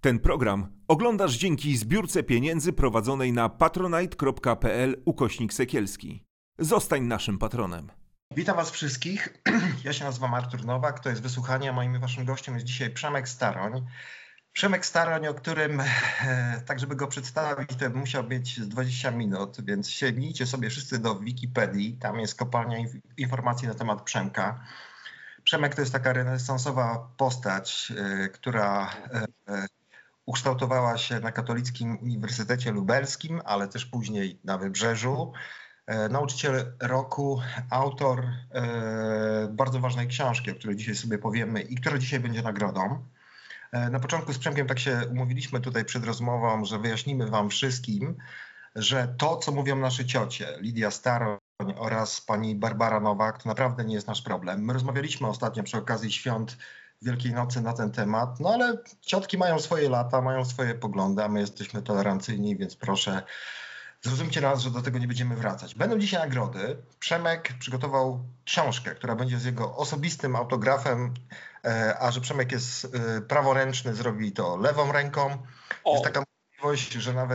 Ten program oglądasz dzięki zbiórce pieniędzy prowadzonej na patronite.pl/Sekielski. Zostań naszym patronem. Witam Was wszystkich. Ja się nazywam Artur Nowak, to jest Wysłuchanie, a moim waszym gościem jest dzisiaj Przemek Staroń. Przemek Staroń, o którym, tak żeby go przedstawić, to musiał mieć 20 minut, więc sięgnijcie sobie wszyscy do Wikipedii, tam jest kopalnia informacji na temat Przemka. Przemek to jest taka renesansowa postać, która ukształtowała się na Katolickim Uniwersytecie Lubelskim, ale też później na Wybrzeżu. Nauczyciel roku, autor bardzo ważnej książki, o której dzisiaj sobie powiemy i która dzisiaj będzie nagrodą. Na początku z Przemkiem tak się umówiliśmy tutaj przed rozmową, że wyjaśnimy wam wszystkim, że to, co mówią nasze ciocie, Lidia Staroń oraz pani Barbara Nowak, to naprawdę nie jest nasz problem. My rozmawialiśmy ostatnio przy okazji świąt Wielkiej Nocy na ten temat, no ale ciotki mają swoje lata, mają swoje poglądy, a my jesteśmy tolerancyjni, więc proszę, zrozumcie nas, że do tego nie będziemy wracać. Będą dzisiaj nagrody. Przemek przygotował książkę, która będzie z jego osobistym autografem, a że Przemek jest praworęczny, zrobi to lewą ręką. Jest taka możliwość, że nawet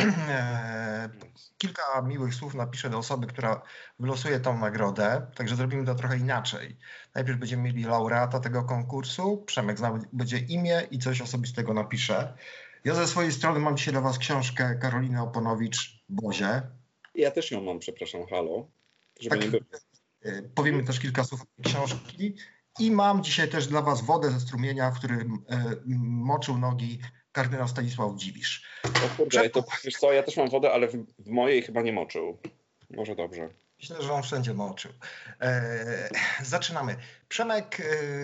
kilka miłych słów napiszę do osoby, która wylosuje tą nagrodę, także zrobimy to trochę inaczej. Najpierw będziemy mieli laureata tego konkursu, Przemek będzie imię i coś osobistego napisze. Ja ze swojej strony mam dzisiaj dla was książkę Karoliny Oponowicz-Bozie. Ja też ją mam, przepraszam, halo. Żeby tak, nie było. Powiemy też kilka słów książki. I mam dzisiaj też dla was wodę ze strumienia, w którym moczył nogi kardynał Stanisław Dziwisz. O kurde, to wiesz co, ja też mam wodę, ale w mojej chyba nie moczył. Może dobrze. Myślę, że on wszędzie moczył. Zaczynamy. Przemek,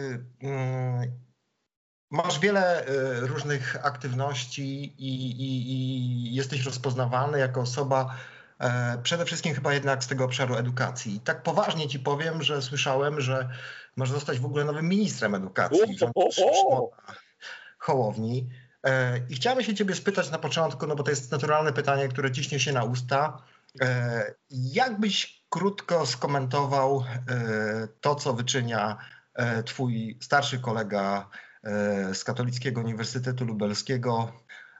masz wiele różnych aktywności i jesteś rozpoznawany jako osoba przede wszystkim chyba jednak z tego obszaru edukacji. I tak poważnie ci powiem, że słyszałem, że masz zostać w ogóle nowym ministrem edukacji. Hołowni. I chciałem się ciebie spytać na początku, no bo to jest naturalne pytanie, które ciśnie się na usta. Jak byś krótko skomentował to, co wyczynia twój starszy kolega z Katolickiego Uniwersytetu Lubelskiego,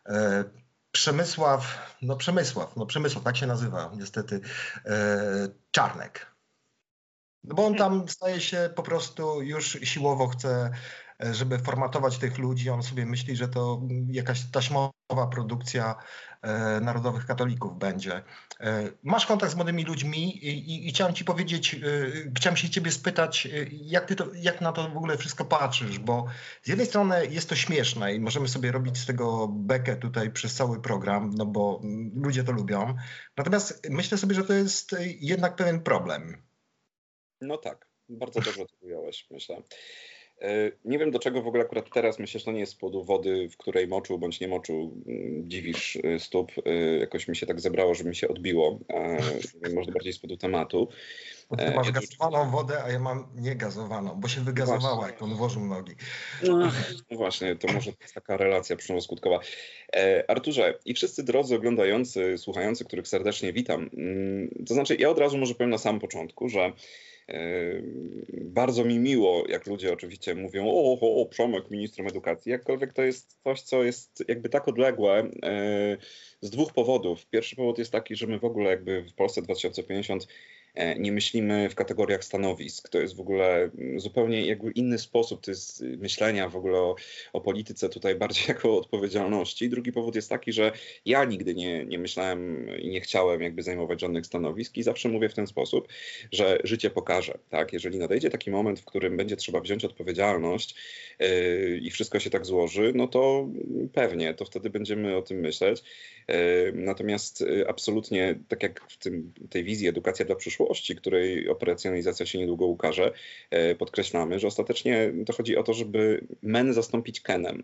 Przemysław, tak się nazywa niestety, Czarnek. No bo on tam staje się po prostu już siłowo chce, żeby formatować tych ludzi. On sobie myśli, że to jakaś taśmowa produkcja narodowych katolików będzie. Masz kontakt z młodymi ludźmi i chciałem ci powiedzieć, chciałem się ciebie spytać, jak na to w ogóle wszystko patrzysz, bo z jednej strony jest to śmieszne i możemy sobie robić z tego bekę tutaj przez cały program, no bo ludzie to lubią. Natomiast myślę sobie, że to jest jednak pewien problem. No tak, bardzo dobrze to ująłeś, myślę. Nie wiem, do czego w ogóle akurat teraz, myślę, że to nie jest z powodu wody, w której moczył bądź nie moczył Dziwisz stóp. Jakoś mi się tak zebrało, że mi się odbiło. Może bardziej z powodu tematu. Ty masz gazowaną wodę, a ja mam niegazowaną, bo się wygazowała, jak on włożył nogi. No właśnie, to może to jest taka relacja przyczynowo-skutkowa. Arturze i wszyscy drodzy oglądający, słuchający, których serdecznie witam. To znaczy, ja od razu może powiem na samym początku, że bardzo mi miło, jak ludzie oczywiście mówią, o Przemek, ministrem edukacji, jakkolwiek to jest coś, co jest jakby tak odległe z dwóch powodów. Pierwszy powód jest taki, że my w ogóle jakby w Polsce 2050 nie myślimy w kategoriach stanowisk. To jest w ogóle zupełnie jakby inny sposób to jest myślenia w ogóle o polityce tutaj bardziej jako o odpowiedzialności. Drugi powód jest taki, że ja nigdy nie myślałem i nie chciałem jakby zajmować żadnych stanowisk i zawsze mówię w ten sposób, że życie pokaże. Tak? Jeżeli nadejdzie taki moment, w którym będzie trzeba wziąć odpowiedzialność i wszystko się tak złoży, no to pewnie, to wtedy będziemy o tym myśleć. Natomiast absolutnie, tak jak w tej wizji edukacja dla przyszłości, której operacjonalizacja się niedługo ukaże, podkreślamy, że ostatecznie to chodzi o to, żeby MEN zastąpić KEN-em,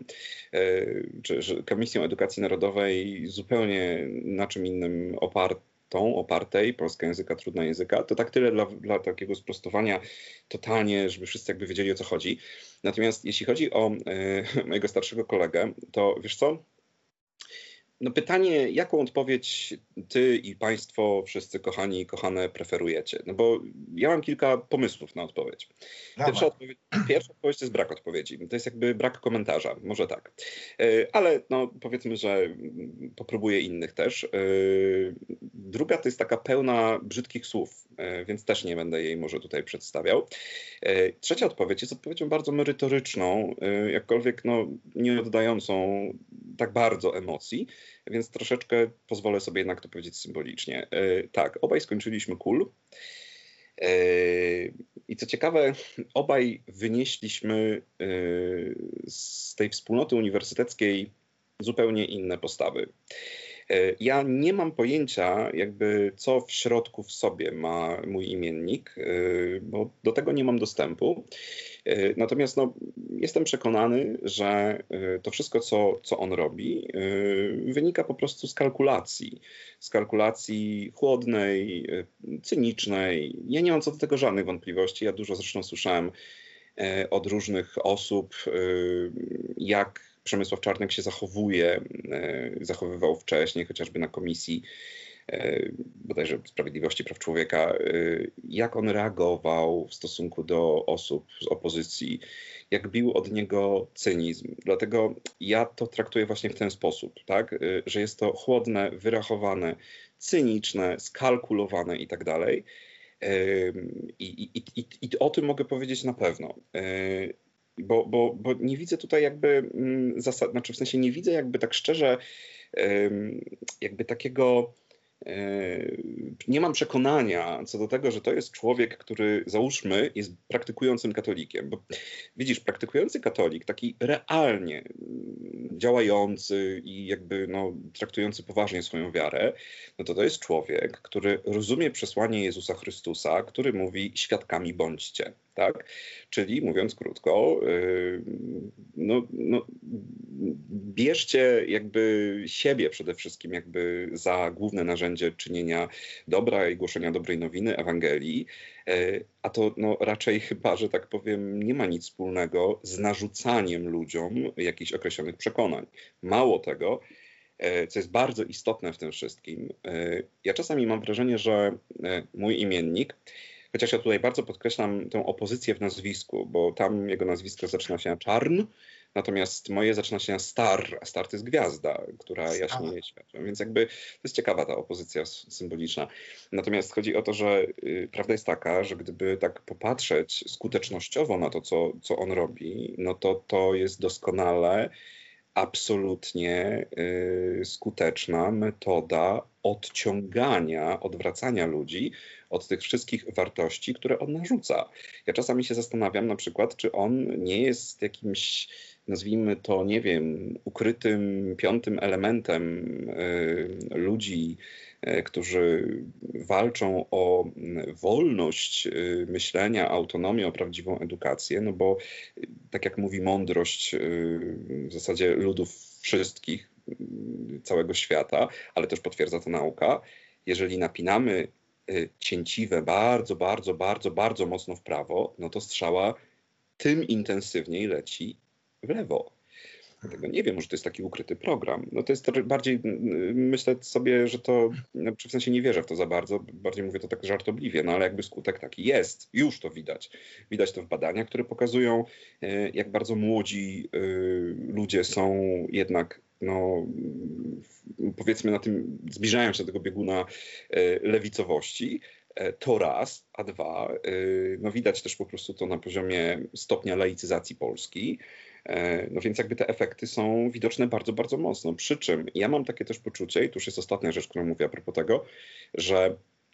czy Komisją Edukacji Narodowej zupełnie na czym innym opartej, polska języka, trudna języka. To tak tyle dla takiego sprostowania totalnie, żeby wszyscy jakby wiedzieli, o co chodzi. Natomiast jeśli chodzi o mojego starszego kolegę, to wiesz co? No pytanie, jaką odpowiedź ty i państwo, wszyscy kochani i kochane, preferujecie? No bo ja mam kilka pomysłów na odpowiedź. Pierwsza odpowiedź to jest brak odpowiedzi. To jest jakby brak komentarza, może tak. Ale no, powiedzmy, że popróbuję innych też. Druga to jest taka pełna brzydkich słów, więc też nie będę jej może tutaj przedstawiał. Trzecia odpowiedź jest odpowiedzią bardzo merytoryczną, jakkolwiek no, nie oddającą tak bardzo emocji, więc troszeczkę pozwolę sobie jednak to powiedzieć symbolicznie. Tak, obaj skończyliśmy KUL. I co ciekawe, obaj wynieśliśmy z tej wspólnoty uniwersyteckiej zupełnie inne postawy. Ja nie mam pojęcia, jakby co w środku w sobie ma mój imiennik, bo do tego nie mam dostępu. Natomiast no, jestem przekonany, że to wszystko, co on robi, wynika po prostu z kalkulacji chłodnej, cynicznej. Ja nie mam co do tego żadnych wątpliwości. Ja dużo zresztą słyszałem od różnych osób, jak Przemysław Czarnek się zachowywał wcześniej, chociażby na Komisji bodajże Sprawiedliwości Praw Człowieka, jak on reagował w stosunku do osób z opozycji, jak bił od niego cynizm. Dlatego ja to traktuję właśnie w ten sposób, tak? Że jest to chłodne, wyrachowane, cyniczne, skalkulowane i tak dalej. I o tym mogę powiedzieć na pewno. Bo nie widzę tutaj jakby zasad, znaczy w sensie nie widzę jakby tak szczerze jakby takiego, nie mam przekonania co do tego, że to jest człowiek, który załóżmy jest praktykującym katolikiem. Bo widzisz, praktykujący katolik, taki realnie działający i jakby no, traktujący poważnie swoją wiarę, no to jest człowiek, który rozumie przesłanie Jezusa Chrystusa, który mówi świadkami bądźcie. Tak? Czyli mówiąc krótko, bierzcie jakby siebie przede wszystkim jakby za główne narzędzie czynienia dobra i głoszenia dobrej nowiny, Ewangelii, a to no, raczej chyba, że tak powiem, nie ma nic wspólnego z narzucaniem ludziom jakichś określonych przekonań. Mało tego, co jest bardzo istotne w tym wszystkim, ja czasami mam wrażenie, że mój imiennik, chociaż ja tutaj bardzo podkreślam tę opozycję w nazwisku, bo tam jego nazwisko zaczyna się na Czarn, natomiast moje zaczyna się na Star, a Star to jest gwiazda, która jaśnieje światłem. Więc jakby to jest ciekawa ta opozycja symboliczna. Natomiast chodzi o to, że prawda jest taka, że gdyby tak popatrzeć skutecznościowo na to, co on robi, no to jest doskonale absolutnie skuteczna metoda odciągania, odwracania ludzi od tych wszystkich wartości, które on narzuca. Ja czasami się zastanawiam na przykład, czy on nie jest jakimś, nazwijmy to, nie wiem, ukrytym piątym elementem ludzi, którzy walczą o wolność myślenia, autonomię, o prawdziwą edukację, no bo tak jak mówi mądrość w zasadzie ludów wszystkich, całego świata, ale też potwierdza to nauka, jeżeli napinamy cięciwe bardzo, bardzo, bardzo, bardzo mocno w prawo, no to strzała tym intensywniej leci w lewo. Dlatego nie wiem, może to jest taki ukryty program. No to jest bardziej, myślę sobie, że to, w sensie nie wierzę w to za bardzo, bardziej mówię to tak żartobliwie, no ale jakby skutek taki jest, już to widać. Widać to w badaniach, które pokazują, jak bardzo młodzi ludzie są jednak, no powiedzmy na tym, zbliżają się do tego bieguna lewicowości. To raz, a dwa, no widać też po prostu to na poziomie stopnia laicyzacji Polski. No więc jakby te efekty są widoczne bardzo, bardzo mocno. Przy czym ja mam takie też poczucie, i to już jest ostatnia rzecz, którą mówię a propos tego, że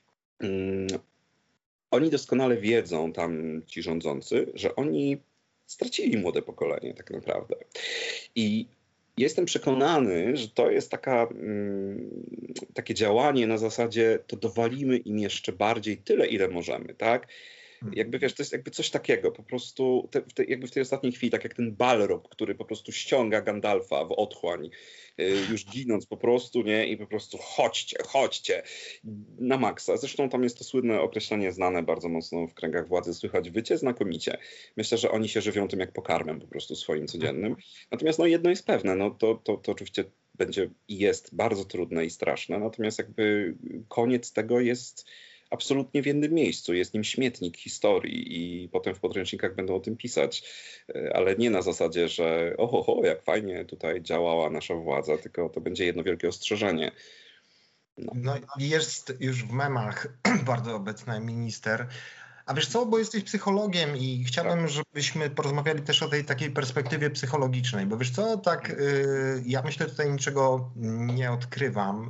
oni doskonale wiedzą, tam ci rządzący, że oni stracili młode pokolenie tak naprawdę. I jestem przekonany, że to jest takie działanie na zasadzie, to dowalimy im jeszcze bardziej tyle, ile możemy, tak? Jakby wiesz, to jest jakby coś takiego, po prostu jakby w tej ostatniej chwili, tak jak ten Balrog, który po prostu ściąga Gandalfa w otchłań, już ginąc po prostu, nie? I po prostu chodźcie, na maksa. Zresztą tam jest to słynne określenie znane bardzo mocno w kręgach władzy, słychać wycie znakomicie. Myślę, że oni się żywią tym jak pokarmem po prostu swoim codziennym. Natomiast no jedno jest pewne, no to oczywiście będzie i jest bardzo trudne i straszne, natomiast jakby koniec tego jest absolutnie w jednym miejscu. Jest nim śmietnik historii i potem w podręcznikach będą o tym pisać, ale nie na zasadzie, że oho, jak fajnie tutaj działała nasza władza, tylko to będzie jedno wielkie ostrzeżenie. No i jest już w memach bardzo obecny minister. A wiesz co, bo jesteś psychologiem i chciałbym, żebyśmy porozmawiali też o tej takiej perspektywie psychologicznej, bo wiesz co, tak ja myślę tutaj niczego nie odkrywam,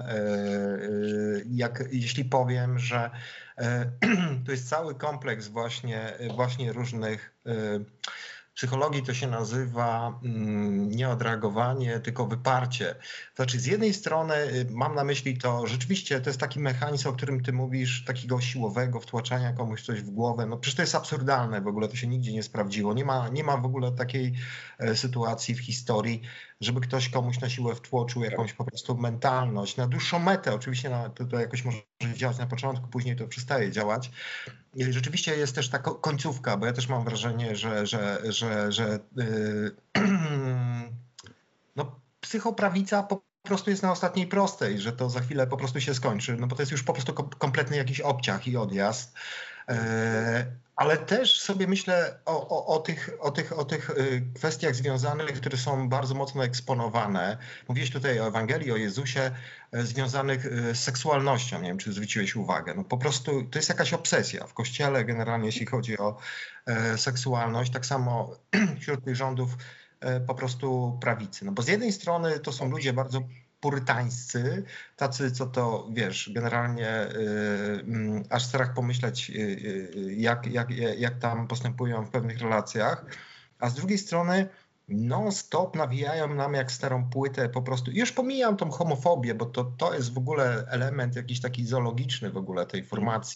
jeśli powiem, że to jest cały kompleks właśnie różnych psychologii to się nazywa nie odreagowanie, tylko wyparcie. Znaczy z jednej strony mam na myśli to, rzeczywiście to jest taki mechanizm, o którym ty mówisz, takiego siłowego wtłaczania komuś coś w głowę. No przecież to jest absurdalne w ogóle, to się nigdzie nie sprawdziło. Nie ma w ogóle takiej sytuacji w historii, żeby ktoś komuś na siłę wtłoczył jakąś po prostu mentalność. Na dłuższą metę, oczywiście to jakoś może działać na początku, później to przestaje działać. I rzeczywiście jest też ta końcówka, bo ja też mam wrażenie, że no, psychoprawica po prostu jest na ostatniej prostej, że to za chwilę po prostu się skończy, no bo to jest już po prostu kompletny jakiś obciach i odjazd. Ale też sobie myślę o tych kwestiach związanych, które są bardzo mocno eksponowane. Mówiłeś tutaj o Ewangelii, o Jezusie, związanych z seksualnością. Nie wiem, czy zwróciłeś uwagę. No po prostu to jest jakaś obsesja w Kościele generalnie, jeśli chodzi o seksualność. Tak samo wśród tych rządów po prostu prawicy. No bo z jednej strony to są ludzie bardzo purytańscy, tacy, co to, wiesz, generalnie aż strach pomyśleć, jak tam postępują w pewnych relacjach, a z drugiej strony non-stop nawijają nam jak starą płytę po prostu. Już pomijam tą homofobię, bo to jest w ogóle element jakiś taki zoologiczny w ogóle tej formacji,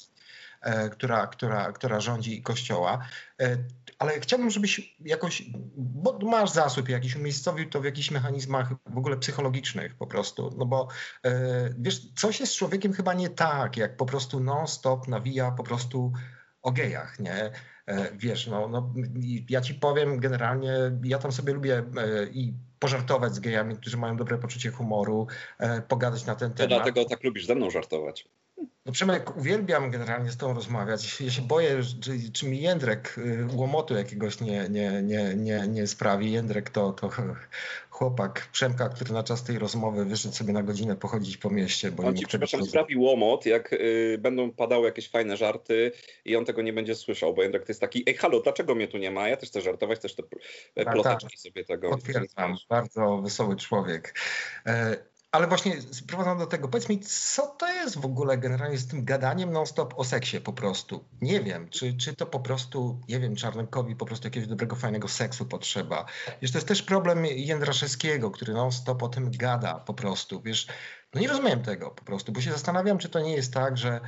która rządzi Kościoła. Ale chciałbym, żebyś jakoś, bo masz zasób jakiś, umiejscowił to w jakichś mechanizmach w ogóle psychologicznych po prostu. No bo wiesz, coś jest z człowiekiem chyba nie tak, jak po prostu non-stop nawija po prostu o gejach, nie? Wiesz, no, ja ci powiem generalnie, ja tam sobie lubię i pożartować z gejami, którzy mają dobre poczucie humoru, pogadać na ten To temat. dlatego tak lubisz ze mną żartować. No Przemek, uwielbiam generalnie z tobą rozmawiać. Ja się boję, czy mi Jędrek łomotu jakiegoś nie sprawi. Jędrek to chłopak Przemka, który na czas tej rozmowy wyszedł sobie na godzinę pochodzić po mieście. Bo On ci, przepraszam, sprawi łomot, jak będą padały jakieś fajne żarty i on tego nie będzie słyszał, bo Jędrek to jest taki, ej halo, dlaczego mnie tu nie ma? Ja też chcę żartować, też te ploteczki sobie tego. Potwierdzam, bardzo wesoły człowiek. Ale właśnie sprowadzam do tego, powiedz mi, co to jest w ogóle generalnie z tym gadaniem non-stop o seksie po prostu? Nie wiem, czy to po prostu, nie wiem, Czarnkowi po prostu jakiegoś dobrego, fajnego seksu potrzeba. Wiesz, to jest też problem Jędraszewskiego, który non-stop o tym gada po prostu, wiesz. No nie rozumiem tego po prostu, bo się zastanawiam, czy to nie jest tak, że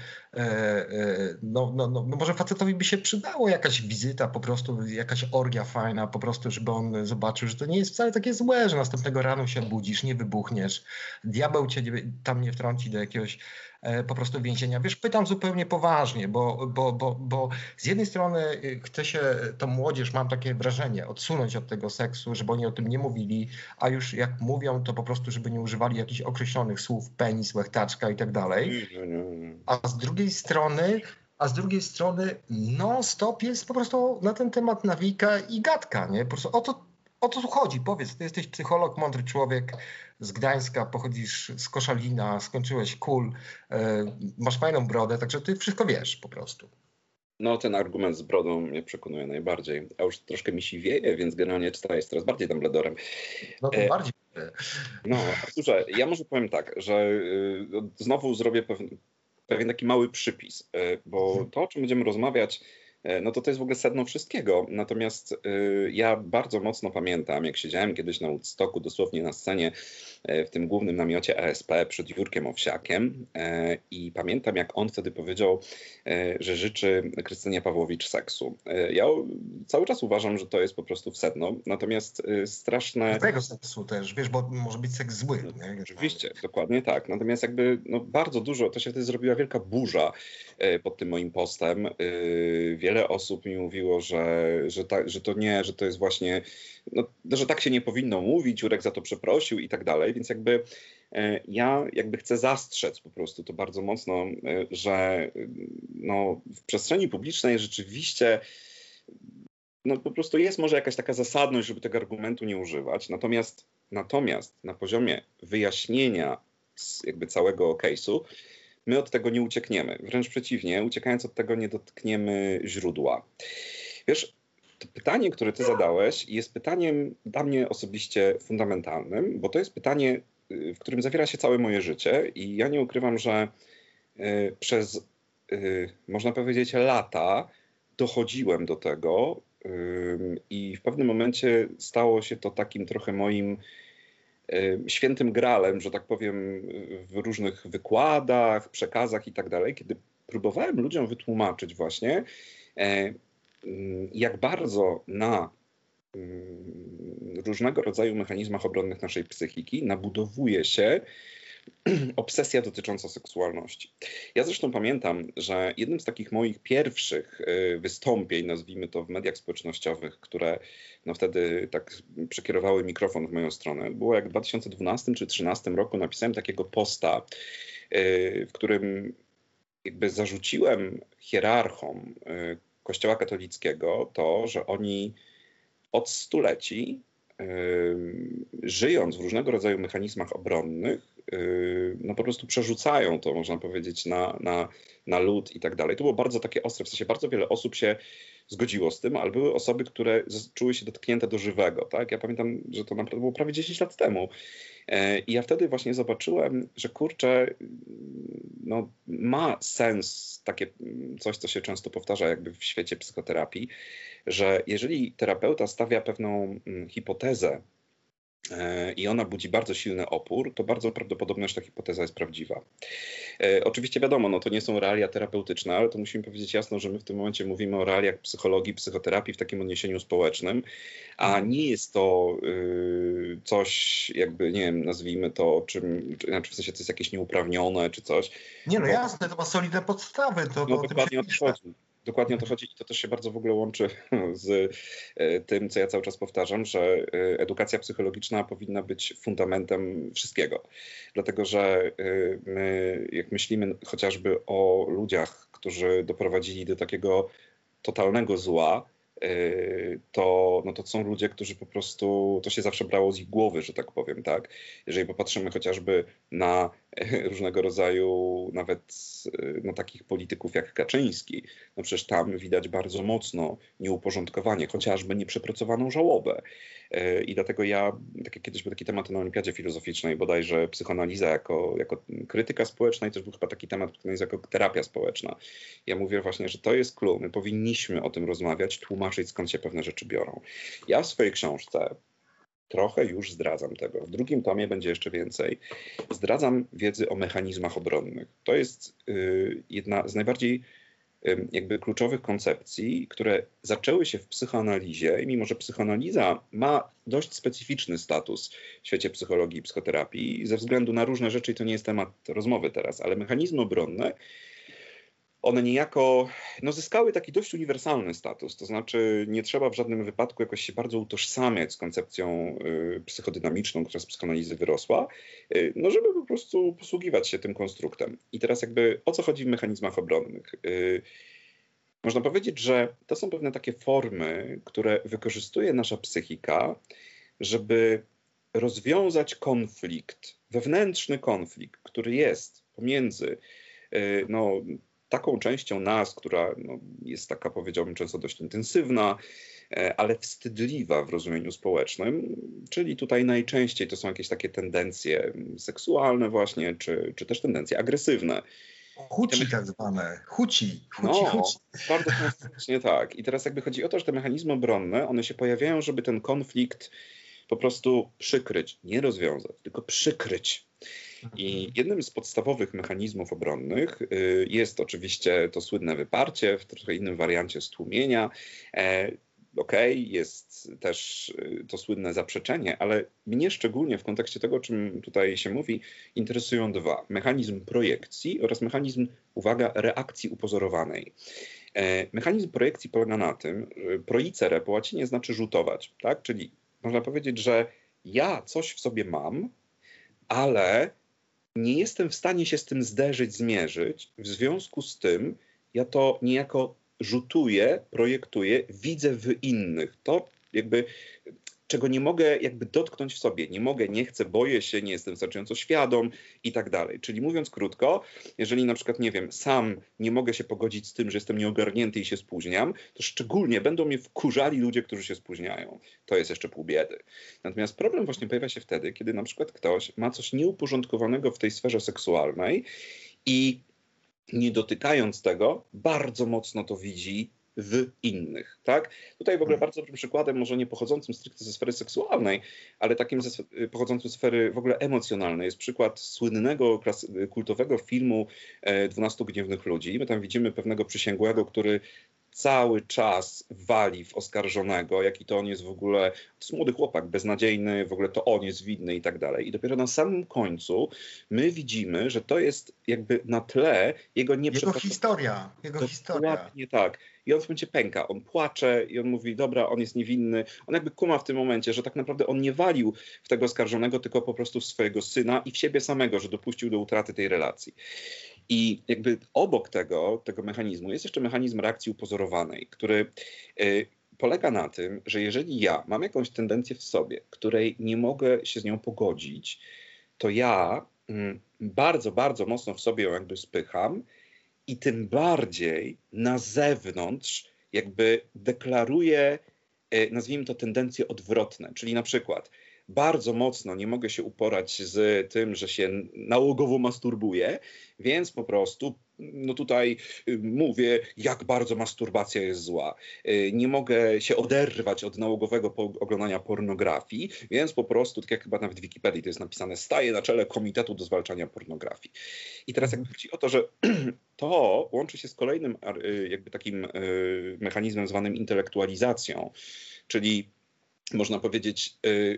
no może facetowi by się przydało jakaś wizyta, po prostu jakaś orgia fajna, po prostu, żeby on zobaczył, że to nie jest wcale takie złe, że następnego rano się budzisz, nie wybuchniesz, diabeł cię tam nie wtrąci do jakiegoś po prostu więzienia. Wiesz, pytam zupełnie poważnie, bo z jednej strony chce się tą młodzież, mam takie wrażenie, odsunąć od tego seksu, żeby oni o tym nie mówili, a już jak mówią, to po prostu, żeby nie używali jakichś określonych słów, penis, łechtaczka i tak dalej. A z drugiej strony non-stop jest po prostu na ten temat nawika i gadka, nie? Po prostu o to tu chodzi. Powiedz, ty jesteś psycholog, mądry człowiek z Gdańska, pochodzisz z Koszalina, skończyłeś KUL, masz fajną brodę, także ty wszystko wiesz po prostu. No ten argument z brodą mnie przekonuje najbardziej. A już troszkę mi siwieje, więc generalnie czytaję coraz bardziej Dumbledorem. No to bardziej. No, Arturze, ja może powiem tak, że znowu zrobię pewien taki mały przypis, bo to, o czym będziemy rozmawiać, no to jest w ogóle sedno wszystkiego. Natomiast ja bardzo mocno pamiętam, jak siedziałem kiedyś na Woodstocku, dosłownie na scenie w tym głównym namiocie ASP przed Jurkiem Owsiakiem i pamiętam, jak on wtedy powiedział, że życzy Krystynie Pawłowicz seksu. Ja cały czas uważam, że to jest po prostu w sedno, natomiast straszne... Tego seksu też, wiesz, bo może być seks zły. Nie? Oczywiście, dokładnie tak. Natomiast jakby bardzo dużo, to się wtedy zrobiła wielka burza pod tym moim postem. Wiele wiele osób mi mówiło, że to nie, że to jest właśnie, no, że tak się nie powinno mówić, Jurek za to przeprosił i tak dalej, więc jakby ja chcę zastrzec po prostu to bardzo mocno, że no, w przestrzeni publicznej rzeczywiście no, po prostu jest może jakaś taka zasadność, żeby tego argumentu nie używać, natomiast na poziomie wyjaśnienia jakby całego case'u my od tego nie uciekniemy. Wręcz przeciwnie, uciekając od tego nie dotkniemy źródła. Wiesz, to pytanie, które ty zadałeś, jest pytaniem dla mnie osobiście fundamentalnym, bo to jest pytanie, w którym zawiera się całe moje życie i ja nie ukrywam, że przez, można powiedzieć, lata dochodziłem do tego i w pewnym momencie stało się to takim trochę moim świętym gralem, że tak powiem, w różnych wykładach, przekazach i tak dalej, kiedy próbowałem ludziom wytłumaczyć właśnie, jak bardzo na różnego rodzaju mechanizmach obronnych naszej psychiki nabudowuje się obsesja dotycząca seksualności. Ja zresztą pamiętam, że jednym z takich moich pierwszych wystąpień, nazwijmy to w mediach społecznościowych, które no wtedy tak przekierowały mikrofon w moją stronę, było jak w 2012 czy 2013 roku napisałem takiego posta, w którym jakby zarzuciłem hierarchom Kościoła katolickiego to, że oni od stuleci, żyjąc w różnego rodzaju mechanizmach obronnych, no po prostu przerzucają to, można powiedzieć, na lud i tak dalej. To było bardzo takie ostre, w sensie bardzo wiele osób się zgodziło z tym, ale były osoby, które czuły się dotknięte do żywego. Tak? Ja pamiętam, że to naprawdę było prawie 10 lat temu. I ja wtedy właśnie zobaczyłem, że kurczę, no, ma sens takie coś, co się często powtarza jakby w świecie psychoterapii, że jeżeli terapeuta stawia pewną hipotezę i ona budzi bardzo silny opór, to bardzo prawdopodobne, że ta hipoteza jest prawdziwa. Oczywiście wiadomo, no to nie są realia terapeutyczne, ale to musimy powiedzieć jasno, że my w tym momencie mówimy o realiach psychologii, psychoterapii w takim odniesieniu społecznym, a nie jest to coś jakby, nie wiem, nazwijmy to znaczy w sensie to jest jakieś nieuprawnione czy coś. Nie, no jasne, to ma solidne podstawy. To No o tym dokładnie się o to pisze. chodzi. Dokładnie o to chodzi i to też się bardzo w ogóle łączy z tym, co ja cały czas powtarzam, że edukacja psychologiczna powinna być fundamentem wszystkiego. Dlatego, że my, jak myślimy chociażby o ludziach, którzy doprowadzili do takiego totalnego zła, to są ludzie, którzy po prostu, to się zawsze brało z ich głowy, że tak powiem, tak? Jeżeli popatrzymy chociażby na różnego rodzaju nawet no, takich polityków jak Kaczyński, no przecież tam widać bardzo mocno nieuporządkowanie, chociażby nieprzepracowaną żałobę. I dlatego tak jak kiedyś był taki temat na Olimpiadzie Filozoficznej, bodajże psychoanaliza jako krytyka społeczna i też był chyba taki temat psychoanaliza jako terapia społeczna. Ja mówię właśnie, że to jest clue. My powinniśmy o tym rozmawiać, tłumaczyć skąd się pewne rzeczy biorą. Ja w swojej książce trochę już zdradzam tego. W drugim tomie będzie jeszcze więcej. Zdradzam wiedzy o mechanizmach obronnych. To jest jedna z najbardziej jakby kluczowych koncepcji, które zaczęły się w psychoanalizie i mimo, że psychoanaliza ma dość specyficzny status w świecie psychologii i psychoterapii ze względu na różne rzeczy i to nie jest temat rozmowy teraz, ale mechanizmy obronne one niejako zyskały taki dość uniwersalny status, to znaczy nie trzeba w żadnym wypadku jakoś się bardzo utożsamiać z koncepcją psychodynamiczną, która z psychoanalizy wyrosła, żeby po prostu posługiwać się tym konstruktem. I teraz jakby o co chodzi w mechanizmach obronnych? Można powiedzieć, że to są pewne takie formy, które wykorzystuje nasza psychika, żeby rozwiązać konflikt, wewnętrzny konflikt, który jest pomiędzy taką częścią nas, która jest taka, powiedziałbym, często dość intensywna, ale wstydliwa w rozumieniu społecznym, czyli tutaj najczęściej to są jakieś takie tendencje seksualne właśnie, czy też tendencje agresywne. Huci tak zwane. Huci. Bardzo klasycznie tak. I teraz jakby chodzi o to, że te mechanizmy obronne, one się pojawiają, żeby ten konflikt po prostu przykryć, nie rozwiązać, tylko przykryć. I jednym z podstawowych mechanizmów obronnych jest oczywiście to słynne wyparcie, w trochę innym wariancie stłumienia. Jest też to słynne zaprzeczenie, ale mnie szczególnie w kontekście tego, o czym tutaj się mówi, interesują dwa. Mechanizm projekcji oraz mechanizm, uwaga, reakcji upozorowanej. Mechanizm projekcji polega na tym, projicere po łacinie znaczy rzutować, tak? Czyli można powiedzieć, że ja coś w sobie mam, ale nie jestem w stanie się z tym zderzyć, zmierzyć. W związku z tym ja to niejako rzutuję, projektuję, widzę w innych. To jakby czego nie mogę jakby dotknąć w sobie. Nie mogę, nie chcę, boję się, nie jestem wystarczająco świadom i tak dalej. Czyli mówiąc krótko, jeżeli na przykład, nie wiem, sam nie mogę się pogodzić z tym, że jestem nieogarnięty i się spóźniam, to szczególnie będą mnie wkurzali ludzie, którzy się spóźniają. To jest jeszcze pół biedy. Natomiast problem właśnie pojawia się wtedy, kiedy na przykład ktoś ma coś nieuporządkowanego w tej sferze seksualnej i nie dotykając tego, bardzo mocno to widzi w innych, tak? Tutaj w ogóle bardzo dobrym przykładem, może nie pochodzącym stricte ze sfery seksualnej, ale takim pochodzącym ze sfery w ogóle emocjonalnej, jest przykład słynnego, kultowego filmu 12 gniewnych ludzi. My tam widzimy pewnego przysięgłego, który cały czas wali w oskarżonego, jaki to on jest w ogóle, to jest młody chłopak, beznadziejny, w ogóle to on jest winny i tak dalej. I dopiero na samym końcu my widzimy, że to jest jakby na tle jego historia. Jego historia. Dokładnie tak. I on w momencie pęka, on płacze i on mówi, dobra, on jest niewinny. On jakby kuma w tym momencie, że tak naprawdę on nie walił w tego oskarżonego, tylko po prostu w swojego syna i w siebie samego, że dopuścił do utraty tej relacji. I jakby obok tego mechanizmu jest jeszcze mechanizm reakcji upozorowanej, który polega na tym, że jeżeli ja mam jakąś tendencję w sobie, której nie mogę się z nią pogodzić, to ja bardzo, bardzo mocno w sobie ją jakby spycham i tym bardziej na zewnątrz jakby deklaruję, nazwijmy to, tendencje odwrotne. Czyli na przykład bardzo mocno nie mogę się uporać z tym, że się nałogowo masturbuję, więc po prostu no tutaj mówię, jak bardzo masturbacja jest zła. Nie mogę się oderwać od nałogowego oglądania pornografii, więc po prostu, tak jak chyba nawet w Wikipedii to jest napisane, staję na czele Komitetu do Zwalczania Pornografii. I teraz jakby chodzi o to, że to łączy się z kolejnym jakby takim mechanizmem zwanym intelektualizacją, czyli można powiedzieć,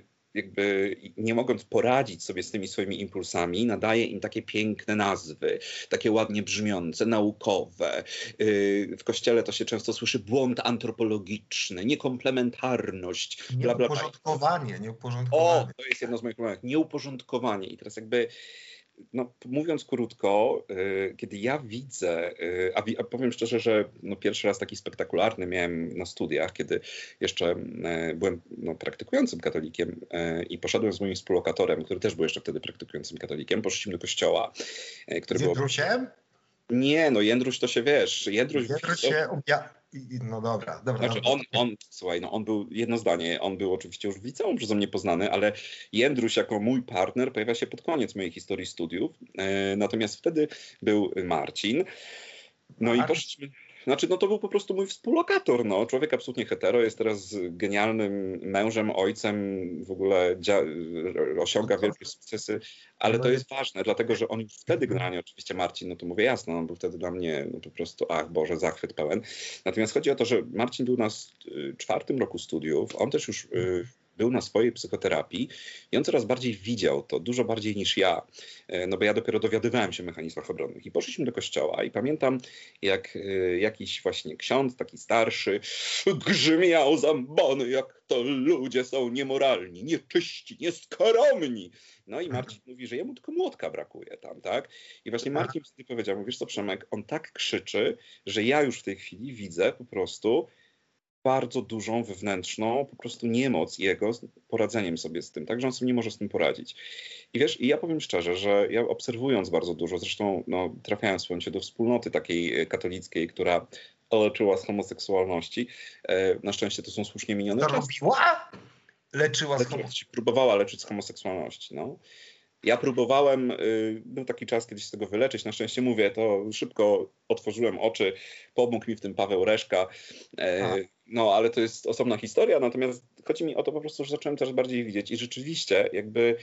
jakby nie mogąc poradzić sobie z tymi swoimi impulsami, nadaje im takie piękne nazwy, takie ładnie brzmiące, naukowe. W kościele to się często słyszy błąd antropologiczny, niekomplementarność, bla, bla, bla. Nieuporządkowanie. O, to jest jedno z moich problemów. Nieuporządkowanie. I teraz jakby no, mówiąc krótko, kiedy ja widzę, a powiem szczerze, że no, pierwszy raz taki spektakularny miałem na studiach, kiedy jeszcze byłem no, praktykującym katolikiem i poszedłem z moim współlokatorem, który też był jeszcze wtedy praktykującym katolikiem, poszliśmy do kościoła, który z Jędrusiem? Nie, no Jędruś to się wiesz. Jędruś się... No dobra. Znaczy słuchaj, no on był, jedno zdanie, on był oczywiście już w liceum przeze mnie poznany, ale Jędruś jako mój partner pojawia się pod koniec mojej historii studiów. Natomiast wtedy był Marcin. No i poszliśmy. Znaczy, no to był po prostu mój współlokator, no. Człowiek absolutnie hetero, jest teraz genialnym mężem, ojcem, w ogóle osiąga wielkie sukcesy, ale to jest ważne, dlatego, że on już wtedy generalnie, oczywiście Marcin, no to mówię jasno, on był wtedy dla mnie no po prostu, ach Boże, zachwyt pełen. Natomiast chodzi o to, że Marcin był na 4. roku studiów, on też już był na swojej psychoterapii i on coraz bardziej widział to, dużo bardziej niż ja, no bo ja dopiero dowiadywałem się o mechanizmach obronnych. I poszliśmy do kościoła i pamiętam, jak jakiś właśnie ksiądz, taki starszy, grzmiał zambony, jak to ludzie są niemoralni, nieczyści, nieskromni. No i Marcin mówi, że jemu tylko młotka brakuje tam, tak? I właśnie Marcin wtedy powiedział, mówisz co, Przemek, on tak krzyczy, że ja już w tej chwili widzę po prostu bardzo dużą wewnętrzną po prostu niemoc jego z poradzeniem sobie z tym, tak, że on sobie nie może z tym poradzić. I wiesz, i ja powiem szczerze, że ja obserwując bardzo dużo, zresztą no, trafiając w momencie do wspólnoty takiej katolickiej, która leczyła z homoseksualności, na szczęście to są słusznie minione czasy. Leczyła próbowała leczyć z homoseksualności, no. Ja próbowałem, był taki czas kiedyś z tego wyleczyć, na szczęście mówię, to szybko otworzyłem oczy, pomógł mi w tym Paweł Reszka, no ale to jest osobna historia, natomiast chodzi mi o to po prostu, że zacząłem też bardziej widzieć i rzeczywiście jakby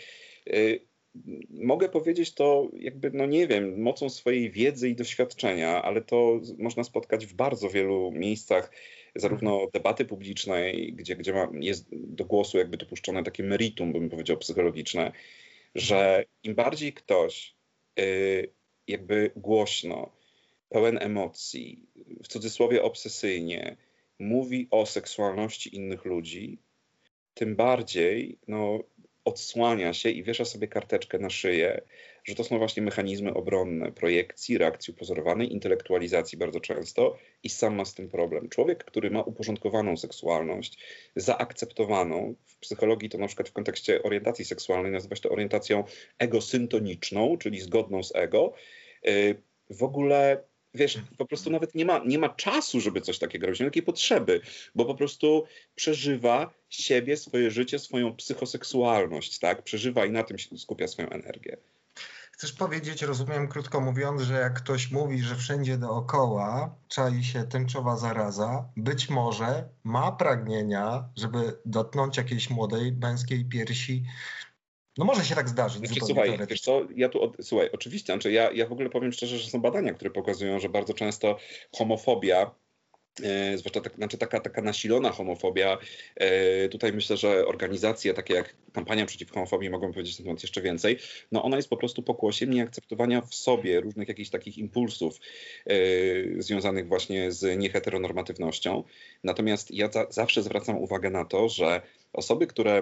mogę powiedzieć to jakby, no nie wiem, mocą swojej wiedzy i doświadczenia, ale to można spotkać w bardzo wielu miejscach, zarówno debaty publicznej, gdzie jest do głosu jakby dopuszczone takie meritum, bym powiedział, psychologiczne, że im bardziej ktoś jakby głośno pełen emocji, w cudzysłowie obsesyjnie, mówi o seksualności innych ludzi, tym bardziej odsłania się i wiesza sobie karteczkę na szyję, że to są właśnie mechanizmy obronne, projekcji, reakcji upozorowanej, intelektualizacji bardzo często i sam ma z tym problem. Człowiek, który ma uporządkowaną seksualność, zaakceptowaną, w psychologii to na przykład w kontekście orientacji seksualnej nazywa się to orientacją egosyntoniczną, czyli zgodną z ego, w ogóle wiesz, po prostu nawet nie ma czasu, żeby coś takiego robić, nie ma takiej potrzeby, bo po prostu przeżywa siebie, swoje życie, swoją psychoseksualność, tak? Przeżywa i na tym skupia swoją energię. Chcesz powiedzieć, rozumiem krótko mówiąc, że jak ktoś mówi, że wszędzie dookoła czai się tęczowa zaraza, być może ma pragnienia, żeby dotknąć jakiejś młodej męskiej piersi. No może się tak zdarzyć. Znaczy, zupełnie słuchaj, teoretycznie. wiesz co, słuchaj, oczywiście, znaczy ja w ogóle powiem szczerze, że są badania, które pokazują, że bardzo często homofobia, zwłaszcza taka nasilona homofobia, tutaj myślę, że organizacje takie jak Kampania Przeciw Homofobii mogą powiedzieć na temat jeszcze więcej, no ona jest po prostu pokłosiem nieakceptowania w sobie różnych jakichś takich impulsów związanych właśnie z nieheteronormatywnością. Natomiast ja zawsze zwracam uwagę na to, że osoby,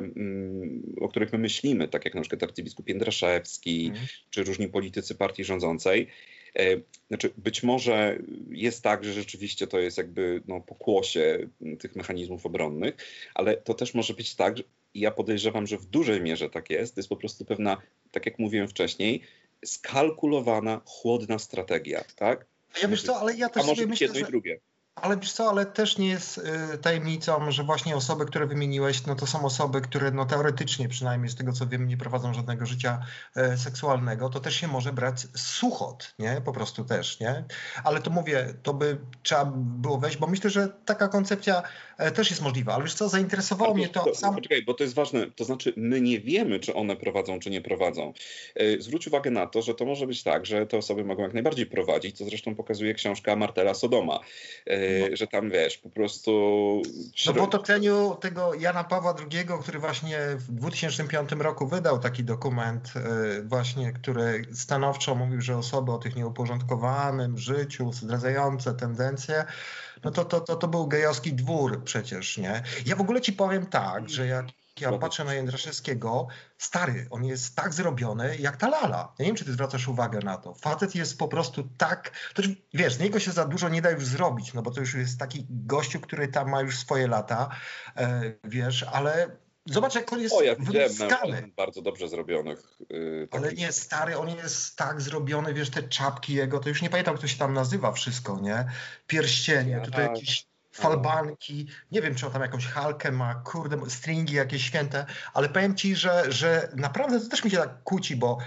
o których my myślimy, tak jak na przykład arcybiskup Jędraszewski, czy różni politycy partii rządzącej, znaczy być może jest tak, że rzeczywiście to jest jakby pokłosie tych mechanizmów obronnych, ale to też może być tak, i ja podejrzewam, że w dużej mierze tak jest, to jest po prostu pewna, tak jak mówiłem wcześniej, skalkulowana, chłodna strategia, tak? Ja wiesz co, ale ja też A może sobie być myślę, jedno i że... drugie. Ale wiesz co, ale też nie jest tajemnicą, że właśnie osoby, które wymieniłeś, no to są osoby, które no teoretycznie przynajmniej z tego co wiem nie prowadzą żadnego życia seksualnego, to też się może brać suchot, nie? Po prostu też, nie? Ale to mówię, to by trzeba było wejść, bo myślę, że taka koncepcja też jest możliwa. Ale wiesz co, zainteresowało mnie to... Poczekaj, bo to jest ważne, to znaczy my nie wiemy, czy one prowadzą, czy nie prowadzą. Zwróć uwagę na to, że to może być tak, że te osoby mogą jak najbardziej prowadzić, co zresztą pokazuje książka Martela Sodoma. Że tam wiesz, po prostu... No w otoczeniu tego Jana Pawła II, który właśnie w 2005 roku wydał taki dokument właśnie, który stanowczo mówił, że osoby o tych nieuporządkowanym życiu, zdradzające tendencje, no to był gejowski dwór przecież, nie? Ja w ogóle ci powiem tak, że jak ja patrzę na Jędraszewskiego, stary, on jest tak zrobiony jak ta lala. Ja nie wiem, czy ty zwracasz uwagę na to. Facet jest po prostu tak... To, wiesz, z niego się za dużo nie da już zrobić, no bo to już jest taki gościu, który tam ma już swoje lata, wiesz, ale zobacz, jak on jest wymuskany. Bardzo dobrze zrobionych. Ale nie, stary, on jest tak zrobiony, wiesz, te czapki jego, to już nie pamiętam, jak to się tam nazywa wszystko, nie? Pierścienie, tutaj jakieś falbanki, nie wiem, czy on tam jakąś halkę ma, kurde, stringi jakieś święte, ale powiem ci, że naprawdę to też mi się tak kłóci, bo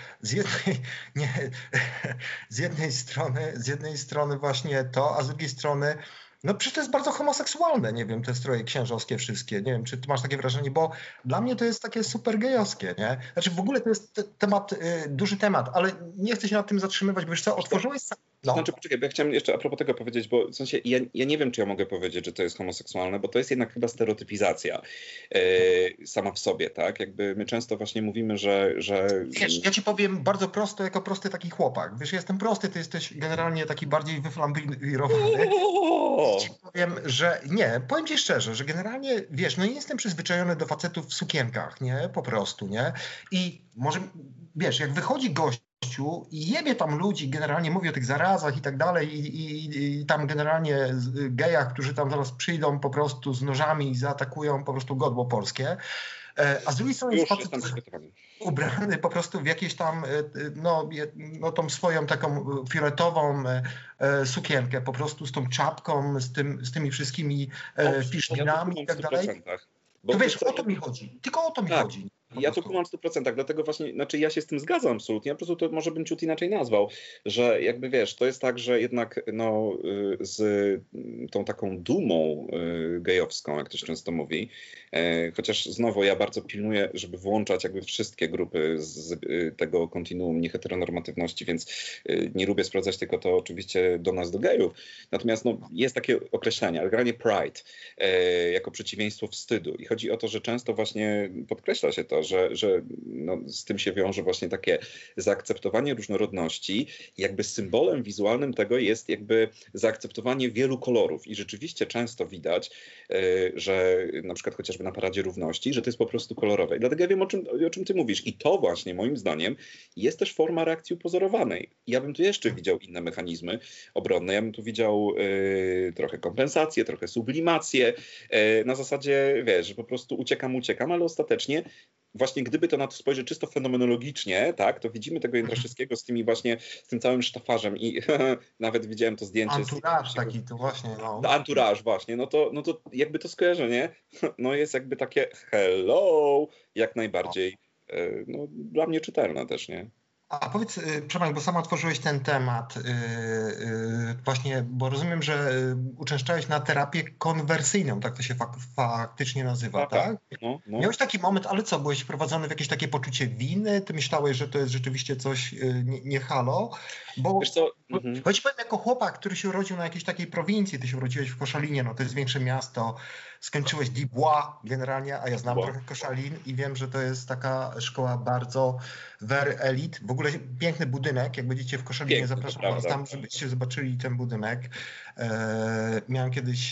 z jednej strony właśnie to, a z drugiej strony no przecież to jest bardzo homoseksualne, nie wiem, te stroje księżowskie wszystkie, nie wiem, czy ty masz takie wrażenie, bo dla mnie to jest takie super gejowskie, nie? Znaczy w ogóle to jest duży temat, ale nie chcę się nad tym zatrzymywać, bo wiesz co, otworzyłeś... No. Znaczy, poczekaj, bo ja chciałem jeszcze a propos tego powiedzieć, bo w sensie ja nie wiem, czy ja mogę powiedzieć, że to jest homoseksualne, bo to jest jednak chyba stereotypizacja sama w sobie, tak? Jakby my często właśnie mówimy, że... Wiesz, ja ci powiem bardzo prosto, jako prosty taki chłopak. Wiesz, jestem prosty, ty jesteś generalnie taki bardziej wyflambirowany. Ci powiem, że nie, powiem ci szczerze, że generalnie, wiesz, no nie jestem przyzwyczajony do facetów w sukienkach, nie? Po prostu, nie? I może, wiesz, jak wychodzi gościu i jebie tam ludzi, generalnie mówi o tych zarazach i tak dalej i tam generalnie gejach, którzy tam zaraz przyjdą po prostu z nożami i zaatakują po prostu godło polskie, a z drugiej strony jest facet ubrany po prostu w jakieś tam, no tą swoją taką fioletową sukienkę, po prostu z tą czapką, z tymi wszystkimi piszczynami i tak dalej. To wiesz, o to mi chodzi. Tylko o to mi chodzi. Ja to kumam w 100%, dlatego właśnie, znaczy ja się z tym zgadzam absolutnie, ja po prostu to może bym ciut inaczej nazwał, że jakby wiesz, to jest tak, że jednak no z tą taką dumą gejowską, jak ktoś często mówi, chociaż znowu ja bardzo pilnuję, żeby włączać jakby wszystkie grupy z tego kontinuum nieheteronormatywności, więc nie lubię sprawdzać tylko to oczywiście do nas, do gejów, natomiast no, jest takie określenie, ale generalnie pride jako przeciwieństwo wstydu i chodzi o to, że często właśnie podkreśla się to, prawda, że no, z tym się wiąże właśnie takie zaakceptowanie różnorodności. Jakby symbolem wizualnym tego jest jakby zaakceptowanie wielu kolorów i rzeczywiście często widać, że na przykład chociażby na Paradzie Równości, że to jest po prostu kolorowe. I dlatego ja wiem, o czym ty mówisz. I to właśnie moim zdaniem jest też forma reakcji upozorowanej. Ja bym tu jeszcze widział inne mechanizmy obronne. Ja bym tu widział trochę kompensację, trochę sublimację. Na zasadzie, wiesz, że po prostu uciekam, ale ostatecznie właśnie gdyby to na to spojrzeć czysto fenomenologicznie, tak, to widzimy tego Jędraszewskiego z tymi właśnie, z tym całym sztafarzem i nawet widziałem to zdjęcie. Entourage taki to właśnie, no. Entourage właśnie, no to jakby to skojarzenie, no jest jakby takie hello, jak najbardziej, no dla mnie czytelne też, nie? A powiedz, Przemek, bo sam otworzyłeś ten temat właśnie, bo rozumiem, że uczęszczałeś na terapię konwersyjną, tak to się faktycznie nazywa, tak? No. Miałeś taki moment, ale co, byłeś wprowadzony w jakieś takie poczucie winy? Ty myślałeś, że to jest rzeczywiście coś nie halo? Bo Wiesz co? bo ci powiem, jako chłopak, który się urodził na jakiejś takiej prowincji, ty się urodziłeś w Koszalinie, no to jest większe miasto, skończyłeś Dubois generalnie, a ja znam trochę Koszalin i wiem, że to jest taka szkoła bardzo very elite. W ogóle piękny budynek, jak będziecie w Koszalinie, Piękny, zapraszam was tam, żebyście zobaczyli ten budynek. Miałem kiedyś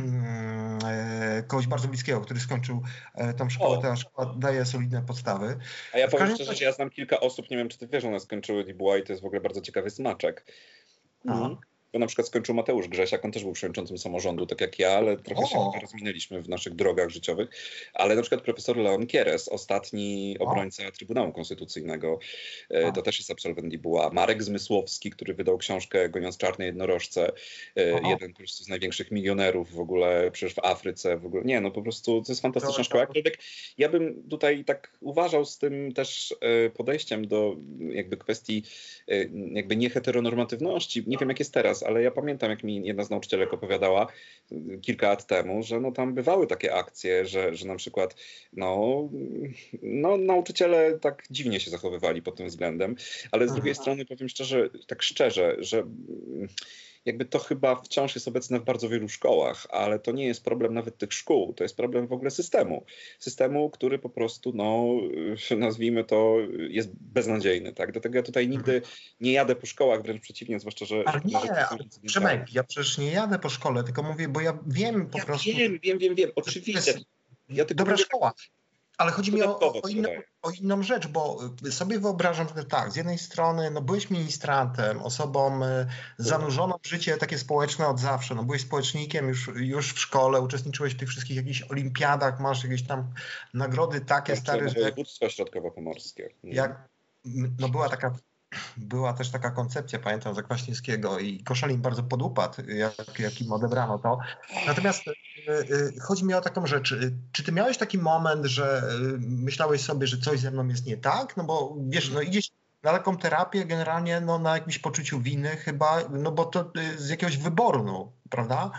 kogoś bardzo bliskiego, który skończył tą szkołę, ta szkoła daje solidne podstawy. A ja powiem szczerze, że ja znam kilka osób, nie wiem, czy ty wiesz, one skończyły Dubois i to jest w ogóle bardzo ciekawy smaczek. Bo na przykład skończył Mateusz Grzesiak, on też był przewodniczącym samorządu, tak jak ja, ale trochę się rozminęliśmy w naszych drogach życiowych. Ale na przykład profesor Leon Kieres, ostatni obrońca Trybunału Konstytucyjnego, to też jest absolwent Dubois. Marek Zmysłowski, który wydał książkę Goniąc czarne jednorożce, jeden po prostu z największych milionerów w ogóle, przecież w Afryce w ogóle. Nie, no po prostu to jest fantastyczna szkoła. Jakkolwiek ja bym tutaj tak uważał z tym też podejściem do jakby kwestii jakby nieheteronormatywności. Nie wiem, jak jest teraz, ale ja pamiętam, jak mi jedna z nauczycielek opowiadała kilka lat temu, że no tam bywały takie akcje, że na przykład no nauczyciele tak dziwnie się zachowywali pod tym względem, ale z drugiej strony powiem szczerze, tak szczerze, że jakby to chyba wciąż jest obecne w bardzo wielu szkołach, ale to nie jest problem nawet tych szkół, to jest problem w ogóle systemu. Systemu, który po prostu, no nazwijmy to, jest beznadziejny. Tak? Dlatego ja tutaj nigdy nie jadę po szkołach, wręcz przeciwnie, zwłaszcza, że... Ale nie, Przemek, ja przecież nie jadę po szkole, tylko mówię, bo ja wiem po prostu... Wiem, oczywiście. Ja tylko dobra mówię, szkoła. Ale chodzi mi o inną rzecz, bo sobie wyobrażam, że tak, z jednej strony no, byłeś ministrantem, osobą zanurzoną w życie takie społeczne od zawsze, no, byłeś społecznikiem już w szkole, uczestniczyłeś w tych wszystkich jakichś olimpiadach, masz jakieś tam nagrody takie stare, że... Województwo środkowo-pomorskie. No była też taka koncepcja, pamiętam, Zakwaśniewskiego i Koszalin bardzo podupadł, jakim odebrano to. Natomiast chodzi mi o taką rzecz. Czy ty miałeś taki moment, że myślałeś sobie, że coś ze mną jest nie tak? No bo wiesz, no idziesz na taką terapię generalnie no, na jakimś poczuciu winy chyba, no bo to z jakiegoś wyboru, no, prawda?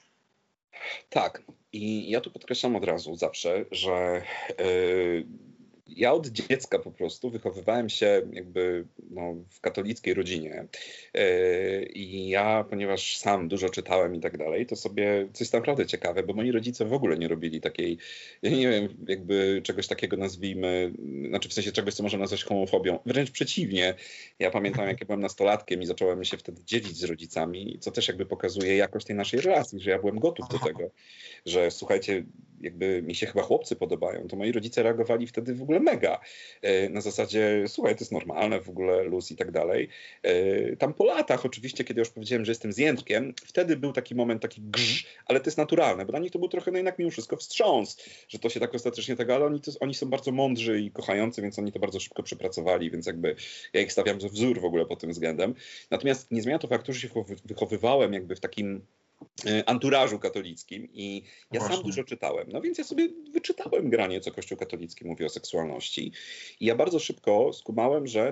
Tak. I ja tu podkreślam od razu zawsze, że ja od dziecka po prostu wychowywałem się jakby no, w katolickiej rodzinie i ja, ponieważ sam dużo czytałem i tak dalej, to sobie coś naprawdę ciekawe, bo moi rodzice w ogóle nie robili takiej, ja nie wiem, jakby czegoś takiego nazwijmy, znaczy w sensie czegoś, co można nazwać homofobią. Wręcz przeciwnie. Ja pamiętam, jak ja byłem nastolatkiem i zacząłem się wtedy dzielić z rodzicami, co też jakby pokazuje jakość tej naszej relacji, że ja byłem gotów do tego, że słuchajcie, jakby mi się chyba chłopcy podobają, to moi rodzice reagowali wtedy w ogóle mega. Na zasadzie, słuchaj, to jest normalne, w ogóle luz i tak dalej. Tam po latach oczywiście, kiedy już powiedziałem, że jestem z Jędrkiem, wtedy był taki moment, taki grz, ale to jest naturalne, bo dla nich to był trochę no jednak mimo wszystko wstrząs, że to się tak ostatecznie tego, ale oni są bardzo mądrzy i kochający, więc oni to bardzo szybko przepracowali, więc jakby ja ich stawiam za wzór w ogóle pod tym względem. Natomiast nie zmienia to faktu, że się wychowywałem jakby w takim anturażu katolickim i ja sam dużo czytałem. No więc ja sobie wyczytałem granie, co Kościół katolicki mówi o seksualności i ja bardzo szybko skumałem, że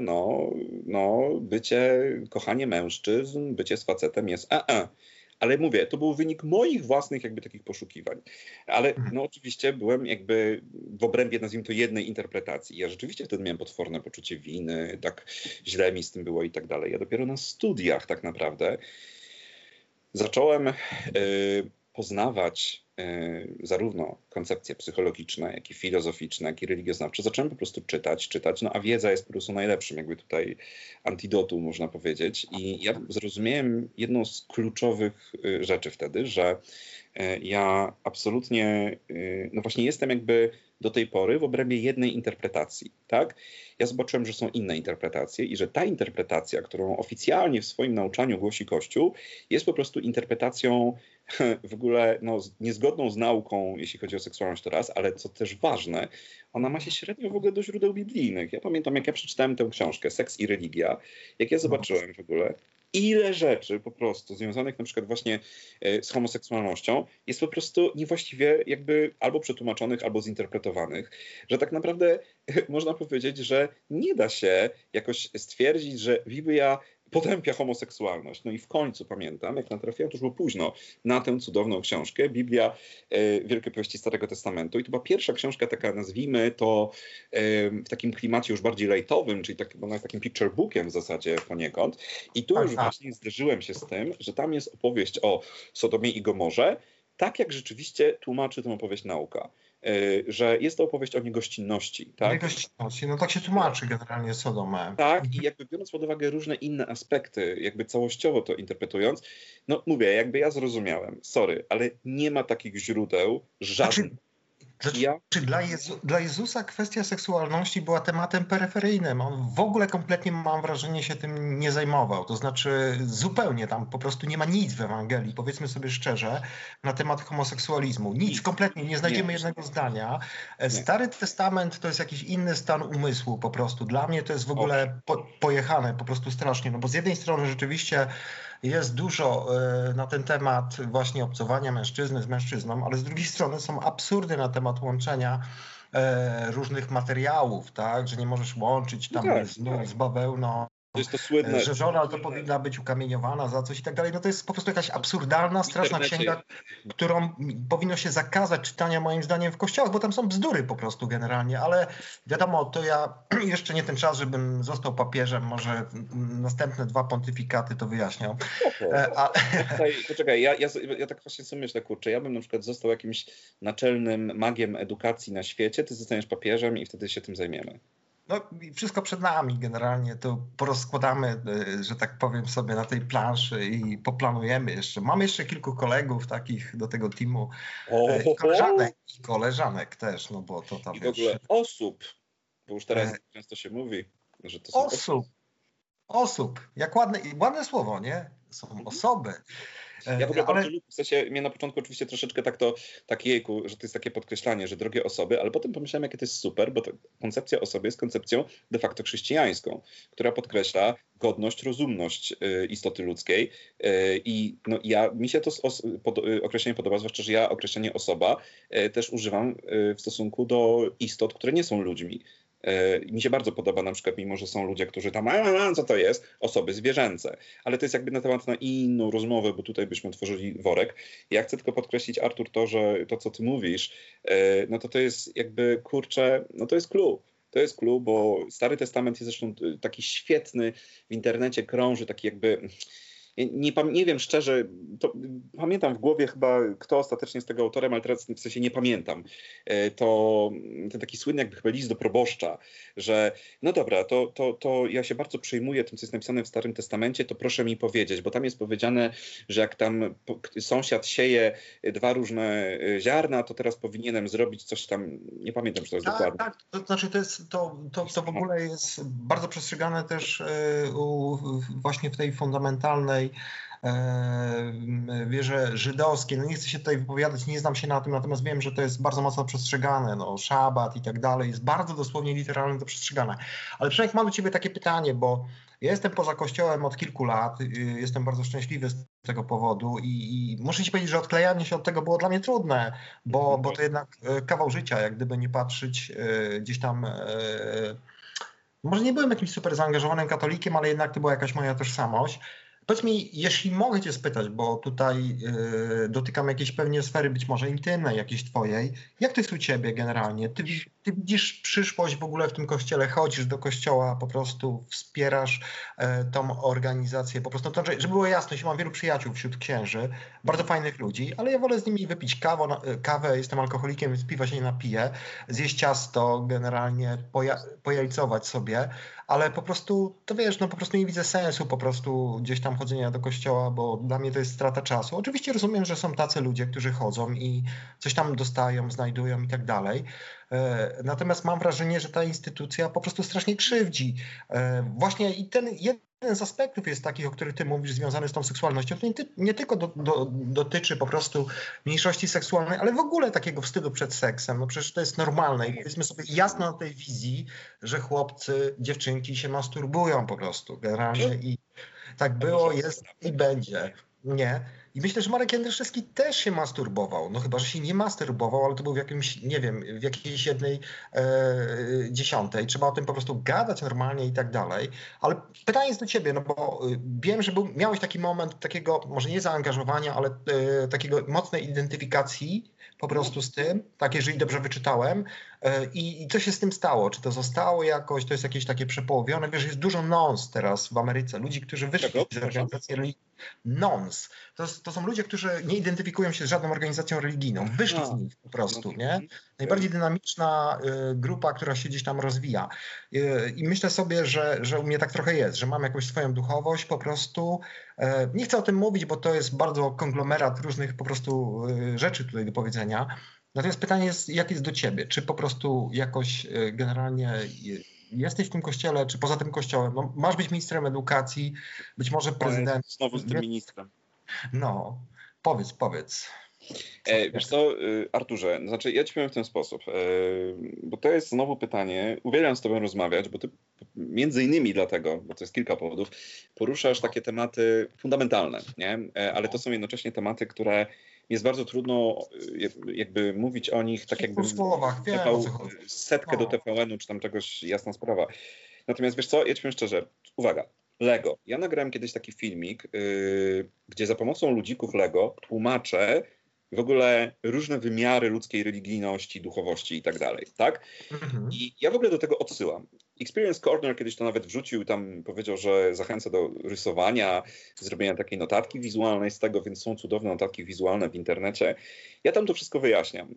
kochanie mężczyzn, bycie z facetem jest Ale mówię, to był wynik moich własnych jakby takich poszukiwań. Ale no oczywiście byłem jakby w obrębie, nazwijmy to, jednej interpretacji. Ja rzeczywiście wtedy miałem potworne poczucie winy, tak źle mi z tym było i tak dalej. Ja dopiero na studiach tak naprawdę zacząłem poznawać zarówno koncepcje psychologiczne, jak i filozoficzne, jak i religioznawcze, zacząłem po prostu czytać, no a wiedza jest po prostu najlepszym jakby tutaj antidotum, można powiedzieć. I ja zrozumiałem jedną z kluczowych rzeczy wtedy, że ja absolutnie, no właśnie jestem jakby do tej pory w obrębie jednej interpretacji, tak? Ja zobaczyłem, że są inne interpretacje i że ta interpretacja, którą oficjalnie w swoim nauczaniu głosi Kościół, jest po prostu interpretacją w ogóle no, niezgodną z nauką, jeśli chodzi o seksualność to raz, ale co też ważne, ona ma się średnio w ogóle do źródeł biblijnych. Ja pamiętam, jak ja przeczytałem tę książkę, Seks i religia, jak ja zobaczyłem w ogóle, ile rzeczy po prostu związanych na przykład właśnie z homoseksualnością jest po prostu niewłaściwie jakby albo przetłumaczonych, albo zinterpretowanych, że tak naprawdę można powiedzieć, że nie da się jakoś stwierdzić, że Biblia potępia homoseksualność. No i w końcu pamiętam, jak natrafiłem, to już było późno, na tę cudowną książkę, Biblia, Wielkie Powieści Starego Testamentu. I to była pierwsza książka taka, nazwijmy to, w takim klimacie już bardziej lejtowym, czyli takim picture bookiem w zasadzie poniekąd. I tu już właśnie zderzyłem się z tym, że tam jest opowieść o Sodomie i Gomorze, tak jak rzeczywiście tłumaczy tę opowieść nauka. Że jest to opowieść o niegościnności. Tak? Niegościnności, no tak się tłumaczy generalnie Sodomę. Tak, i jakby biorąc pod uwagę różne inne aspekty, jakby całościowo to interpretując, no mówię, jakby ja zrozumiałem, sorry, ale nie ma takich źródeł żadnych. Dla Jezusa kwestia seksualności była tematem peryferyjnym. On w ogóle kompletnie, mam wrażenie, się tym nie zajmował. To znaczy zupełnie tam po prostu nie ma nic w Ewangelii, powiedzmy sobie szczerze, na temat homoseksualizmu. Nic, kompletnie, nie znajdziemy jednego zdania. Stary Testament to jest jakiś inny stan umysłu po prostu. Dla mnie to jest w ogóle pojechane po prostu strasznie, no bo z jednej strony rzeczywiście jest dużo na ten temat właśnie obcowania mężczyzny z mężczyzną, ale z drugiej strony są absurdy na temat łączenia różnych materiałów, tak, że nie możesz łączyć tam z bawełną. To jest to słynne, że żona to powinna być ukamieniowana za coś i tak dalej. No to jest po prostu jakaś absurdalna, straszna księga, którą powinno się zakazać czytania moim zdaniem w kościołach, bo tam są bzdury po prostu generalnie, ale wiadomo, to ja jeszcze nie ten czas, żebym został papieżem, może następne 2 pontyfikaty to wyjaśnią. Poczekaj, ja tak właśnie sobie myślę, kurczę, ja bym na przykład został jakimś naczelnym magiem edukacji na świecie, ty zostaniesz papieżem i wtedy się tym zajmiemy. No i wszystko przed nami generalnie, to porozkładamy, że tak powiem sobie na tej planszy i poplanujemy jeszcze. Mam jeszcze kilku kolegów takich do tego teamu, koleżanek też, no bo to tam i w ogóle osób, bo już teraz często się mówi, że to są osób. Jak ładne słowo, nie? Są osoby. Ja w ogóle bardzo lubię, w sensie mnie na początku oczywiście troszeczkę tak jejku, że to jest takie podkreślanie, że drogie osoby, ale potem pomyślałem, jakie to jest super, bo koncepcja osoby jest koncepcją de facto chrześcijańską, która podkreśla godność, rozumność istoty ludzkiej i no, mi się to określenie podoba, zwłaszcza, że ja określenie osoba też używam w stosunku do istot, które nie są ludźmi. Mi się bardzo podoba na przykład, mimo że są ludzie, którzy tam, co to jest? Osoby zwierzęce. Ale to jest jakby na temat na inną rozmowę, bo tutaj byśmy otworzyli worek. Ja chcę tylko podkreślić, Artur, to, że to, co ty mówisz, no to jest jakby, kurczę, no to jest clue. To jest clue, bo Stary Testament jest zresztą taki świetny, w internecie krąży, taki jakby... Nie wiem szczerze, to pamiętam w głowie chyba, kto ostatecznie jest tego autorem, ale teraz w sensie nie pamiętam. To ten taki słynny jakby chyba list do proboszcza, że no dobra, to ja się bardzo przejmuję tym, co jest napisane w Starym Testamencie, to proszę mi powiedzieć, bo tam jest powiedziane, że jak tam sąsiad sieje 2 różne ziarna, to teraz powinienem zrobić coś tam, nie pamiętam, czy to jest dokładnie. Tak, to znaczy to w ogóle jest bardzo przestrzegane też właśnie w tej fundamentalnej wierze żydowskiej. No nie chcę się tutaj wypowiadać, nie znam się na tym, natomiast wiem, że to jest bardzo mocno przestrzegane. No, szabat i tak dalej jest bardzo dosłownie literalnie to przestrzegane. Ale Przemek, mam do ciebie takie pytanie, bo ja jestem poza kościołem od kilku lat, jestem bardzo szczęśliwy z tego powodu i muszę ci powiedzieć, że odklejanie się od tego było dla mnie trudne, bo to jednak kawał życia, jak gdyby nie patrzeć gdzieś tam... Może nie byłem jakimś super zaangażowanym katolikiem, ale jednak to była jakaś moja tożsamość. Powiedz mi, jeśli mogę cię spytać, bo tutaj dotykam jakiejś pewnie sfery być może intymnej, jakiejś twojej. Jak to jest u ciebie generalnie? Ty widzisz przyszłość w ogóle w tym kościele? Chodzisz do kościoła, po prostu wspierasz tą organizację, po prostu, to, żeby było jasne, mam wielu przyjaciół wśród księży, bardzo fajnych ludzi, ale ja wolę z nimi wypić kawę, jestem alkoholikiem, więc piwa się nie napiję, zjeść ciasto, generalnie pojajcować sobie, ale po prostu, to wiesz, no po prostu nie widzę sensu po prostu gdzieś tam chodzenia do kościoła, bo dla mnie to jest strata czasu. Oczywiście rozumiem, że są tacy ludzie, którzy chodzą i coś tam dostają, znajdują i tak dalej. Natomiast mam wrażenie, że ta instytucja po prostu strasznie krzywdzi. Właśnie i ten jeden z aspektów jest takich, o których ty mówisz, związany z tą seksualnością. To nie tylko dotyczy po prostu mniejszości seksualnej, ale w ogóle takiego wstydu przed seksem. No przecież to jest normalne i powiedzmy sobie jasno na tej wizji, że chłopcy, dziewczynki się masturbują po prostu generalnie i tak było, jest i będzie. Nie. I myślę, że Marek Jędraszewski też się masturbował. No chyba, że się nie masturbował, ale to był w jakimś, nie wiem, w jakiejś jednej dziesiątej. Trzeba o tym po prostu gadać normalnie i tak dalej. Ale pytanie jest do ciebie, no bo wiem, że miałeś taki moment takiego, może nie zaangażowania, ale takiego mocnej identyfikacji po prostu z tym, tak jeżeli dobrze wyczytałem. I co się z tym stało? Czy to zostało jakoś? To jest jakieś takie przepołowione? Wiesz, jest dużo nons teraz w Ameryce. Ludzi, którzy wyszli z organizacji religijnej. Nons. To są ludzie, którzy nie identyfikują się z żadną organizacją religijną. Wyszli z nich po prostu, nie? Najbardziej dynamiczna grupa, która się gdzieś tam rozwija. I myślę sobie, że u mnie tak trochę jest, że mam jakąś swoją duchowość po prostu. Nie chcę o tym mówić, bo to jest bardzo konglomerat różnych po prostu rzeczy tutaj do powiedzenia. Natomiast pytanie jest, jak jest do ciebie? Czy po prostu jakoś generalnie jesteś w tym kościele, czy poza tym kościołem? No, masz być ministrem edukacji, być może prezydentem. Znowu z tym ministrem. No, powiedz. Wiesz co, Arturze, znaczy ja ci powiem w ten sposób, bo to jest znowu pytanie, uwielbiam z tobą rozmawiać, bo ty między innymi dlatego, bo to jest kilka powodów, poruszasz takie tematy fundamentalne, nie? Ale to są jednocześnie tematy, które jest bardzo trudno jakby mówić o nich tak jakby setkę do TVN-u czy tam czegoś, jasna sprawa. Natomiast wiesz co, ja ci powiem szczerze, uwaga, Lego. Ja nagrałem kiedyś taki filmik, gdzie za pomocą ludzików Lego tłumaczę w ogóle różne wymiary ludzkiej religijności, duchowości i tak dalej, tak? I ja w ogóle do tego odsyłam. Experience Corner kiedyś to nawet wrzucił, tam powiedział, że zachęca do rysowania, zrobienia takiej notatki wizualnej z tego, więc są cudowne notatki wizualne w internecie. Ja tam to wszystko wyjaśniam.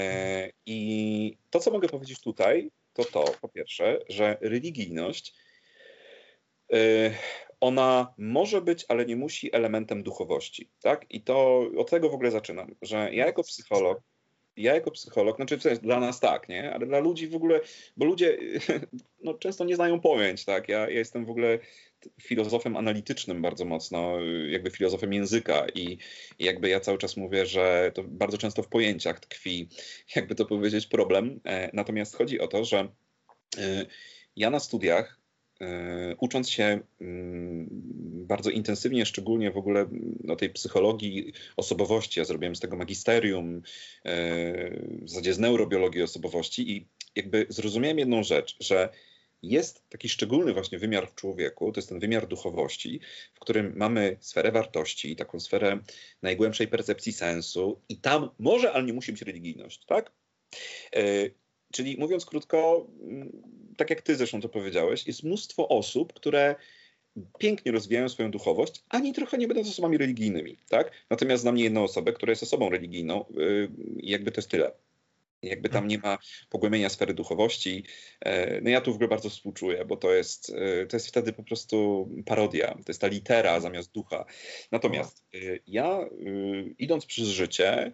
I to, co mogę powiedzieć tutaj, to po pierwsze, że religijność ona może być, ale nie musi elementem duchowości, tak? I to od tego w ogóle zaczynam, że ja jako psycholog, znaczy w sensie dla nas tak, nie? Ale dla ludzi w ogóle, bo ludzie no, często nie znają pojęć, tak? Ja jestem w ogóle filozofem analitycznym bardzo mocno, jakby filozofem języka i jakby ja cały czas mówię, że to bardzo często w pojęciach tkwi, jakby to powiedzieć, problem. Natomiast chodzi o to, że ja na studiach ucząc się bardzo intensywnie, szczególnie w ogóle o tej psychologii osobowości, ja zrobiłem z tego magisterium, w zasadzie z neurobiologii osobowości i jakby zrozumiałem jedną rzecz, że jest taki szczególny właśnie wymiar w człowieku, to jest ten wymiar duchowości, w którym mamy sferę wartości, taką sferę najgłębszej percepcji sensu i tam może, ale nie musi być religijność, tak? Czyli mówiąc krótko, tak jak ty zresztą to powiedziałeś, jest mnóstwo osób, które pięknie rozwijają swoją duchowość, ani trochę nie będąc osobami religijnymi, tak? Natomiast znam niejedną osobę, która jest osobą religijną i jakby to jest tyle. Jakby tam nie ma pogłębienia sfery duchowości. No ja tu w ogóle bardzo współczuję, bo to jest wtedy po prostu parodia. To jest ta litera zamiast ducha. Natomiast ja idąc przez życie,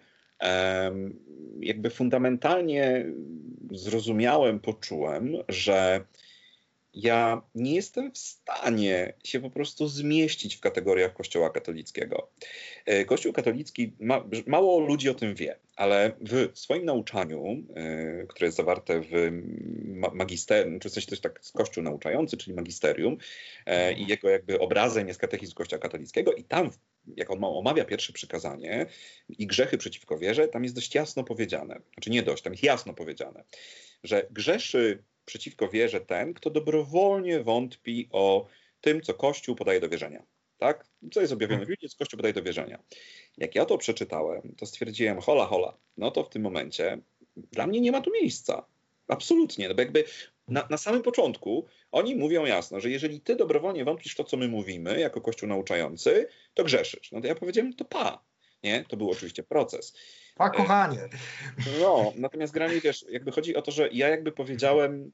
jakby fundamentalnie zrozumiałem, poczułem, że ja nie jestem w stanie się po prostu zmieścić w kategoriach Kościoła katolickiego. Kościół katolicki, mało ludzi o tym wie, ale w swoim nauczaniu, które jest zawarte w magisterium, czy coś tak Kościół nauczający, czyli magisterium i jego jakby obrazem jest katechizm Kościoła katolickiego i tam, jak on omawia pierwsze przykazanie i grzechy przeciwko wierze, tam jest dość jasno powiedziane, znaczy nie dość, tam jest jasno powiedziane, że grzeszy przeciwko wierze ten, kto dobrowolnie wątpi o tym, co Kościół podaje do wierzenia. tak? Co jest objawione w Biblii, jest Kościół podaje do wierzenia. Jak ja to przeczytałem, to stwierdziłem, hola, no to w tym momencie dla mnie nie ma tu miejsca. Absolutnie. No bo jakby na samym początku oni mówią jasno, że jeżeli ty dobrowolnie wątpisz w to, co my mówimy, jako Kościół nauczający, to grzeszysz. No to ja powiedziałem, to nie? To był oczywiście proces. Kochanie. No, natomiast generalnie wiesz, jakby chodzi o to, że ja jakby powiedziałem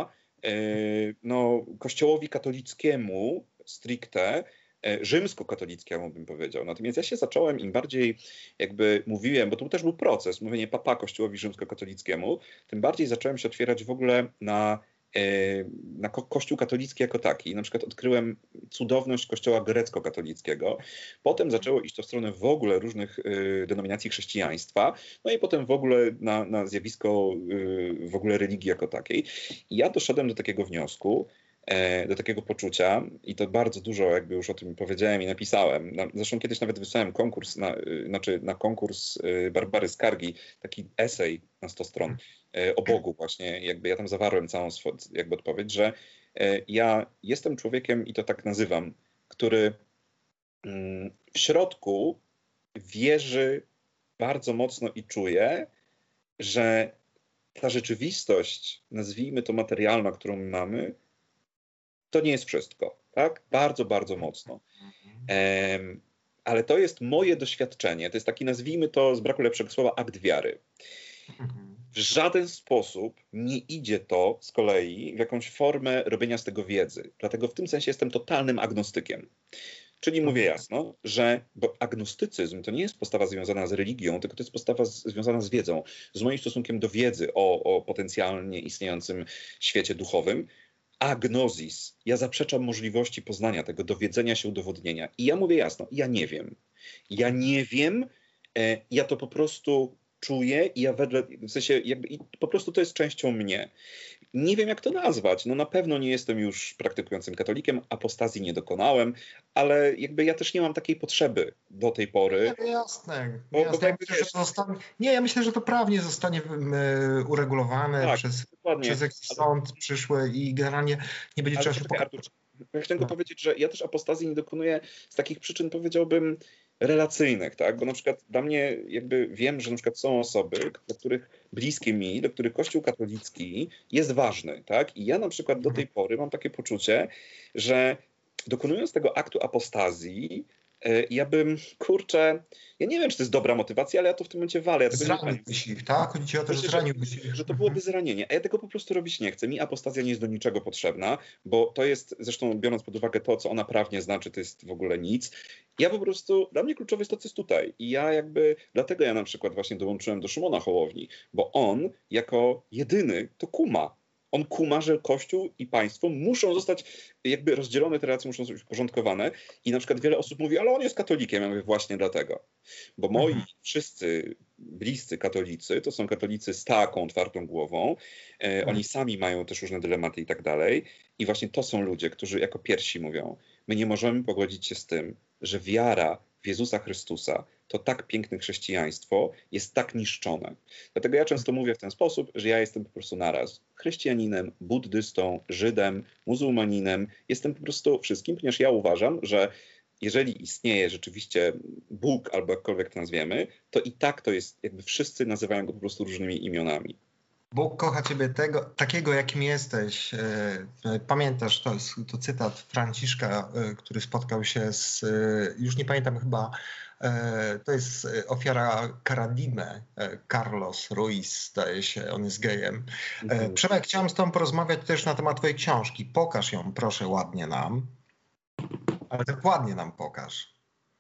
no, Kościołowi katolickiemu stricte, rzymskokatolickiemu bym powiedział. Natomiast ja się zacząłem, im bardziej jakby mówiłem, bo to też był proces, mówienie Kościołowi rzymskokatolickiemu, tym bardziej zacząłem się otwierać w ogóle na Kościół katolicki jako taki. Na przykład odkryłem cudowność Kościoła grecko-katolickiego. Potem zaczęło iść to w stronę w ogóle różnych denominacji chrześcijaństwa, no i potem w ogóle na zjawisko w ogóle religii jako takiej. I ja doszedłem do takiego wniosku, do takiego poczucia i to bardzo dużo jakby już o tym powiedziałem i napisałem. Zresztą kiedyś nawet wysłałem konkurs, na konkurs Barbary Skargi, taki esej na 100 stron o Bogu właśnie. Jakby ja tam zawarłem całą jakby odpowiedź, że ja jestem człowiekiem i to tak nazywam, który w środku wierzy bardzo mocno i czuje, że ta rzeczywistość, nazwijmy to materialna, którą mamy, to nie jest wszystko, tak? Bardzo, bardzo mocno. Ale to jest moje doświadczenie. To jest taki, nazwijmy to z braku lepszego słowa, akt wiary. W żaden sposób nie idzie to z kolei w jakąś formę robienia z tego wiedzy. Dlatego w tym sensie jestem totalnym agnostykiem. Czyli mówię jasno, że bo agnostycyzm to nie jest postawa związana z religią, tylko to jest postawa związana z wiedzą, z moim stosunkiem do wiedzy o potencjalnie istniejącym świecie duchowym. Agnozis. Ja zaprzeczam możliwości poznania tego, dowiedzenia się, udowodnienia. I ja mówię jasno, ja nie wiem. Ja nie wiem, ja to po prostu czuję i ja w sensie jakby i po prostu to jest częścią mnie. Nie wiem, jak to nazwać. No na pewno nie jestem już praktykującym katolikiem, apostazji nie dokonałem, ale jakby ja też nie mam takiej potrzeby do tej pory. Jasne. Bo Ja jakby myślę, że ja myślę, że to prawnie zostanie uregulowane tak, przez jakiś sąd przyszły i generalnie nie będzie trzeba się pokazać. Ja chciałem tylko powiedzieć, że ja też apostazji nie dokonuję z takich przyczyn, powiedziałbym, relacyjnych, tak? Bo na przykład dla mnie jakby wiem, że na przykład są osoby, dla których bliskie mi, dla których Kościół katolicki jest ważny, tak? I ja na przykład do tej pory mam takie poczucie, że dokonując tego aktu apostazji, ja bym, kurczę, ja nie wiem, czy to jest dobra motywacja, ale ja to w tym momencie walę. Ja zraniłbyś ich, tak? Chodzi ci o to, że zraniłbyś ich. Że to byłoby zranienie, a ja tego po prostu robić nie chcę. Mi apostazja nie jest do niczego potrzebna, bo to jest, zresztą biorąc pod uwagę to, co ona prawnie znaczy, to jest w ogóle nic. Ja po prostu, dla mnie kluczowe jest to, co jest tutaj. I ja jakby, dlatego ja na przykład właśnie dołączyłem do Szymona Hołowni, bo on jako jedyny to kuma. On kuma, że Kościół i państwo muszą zostać jakby rozdzielone, te relacje muszą być uporządkowane i na przykład wiele osób mówi, ale on jest katolikiem. Ja mówię właśnie dlatego. Bo moi wszyscy bliscy katolicy to są katolicy z taką twardą głową. Oni sami mają też różne dylematy i tak dalej. I właśnie to są ludzie, którzy jako pierwsi mówią, my nie możemy pogodzić się z tym, że wiara w Jezusa Chrystusa, to tak piękne chrześcijaństwo jest tak niszczone. Dlatego ja często mówię w ten sposób, że ja jestem po prostu naraz chrześcijaninem, buddystą, Żydem, muzułmaninem. Jestem po prostu wszystkim, ponieważ ja uważam, że jeżeli istnieje rzeczywiście Bóg, albo jakkolwiek to nazwiemy, to i tak to jest, jakby wszyscy nazywają go po prostu różnymi imionami. Bóg kocha ciebie takiego, jakim jesteś. Pamiętasz, to cytat Franciszka, który spotkał się z, już nie pamiętam chyba, to jest ofiara Karadime, Carlos Ruiz, zdaje się, on jest gejem. Przemek, chciałem z tobą porozmawiać też na temat twojej książki. Pokaż ją, proszę, ładnie nam. Ale dokładnie nam pokaż.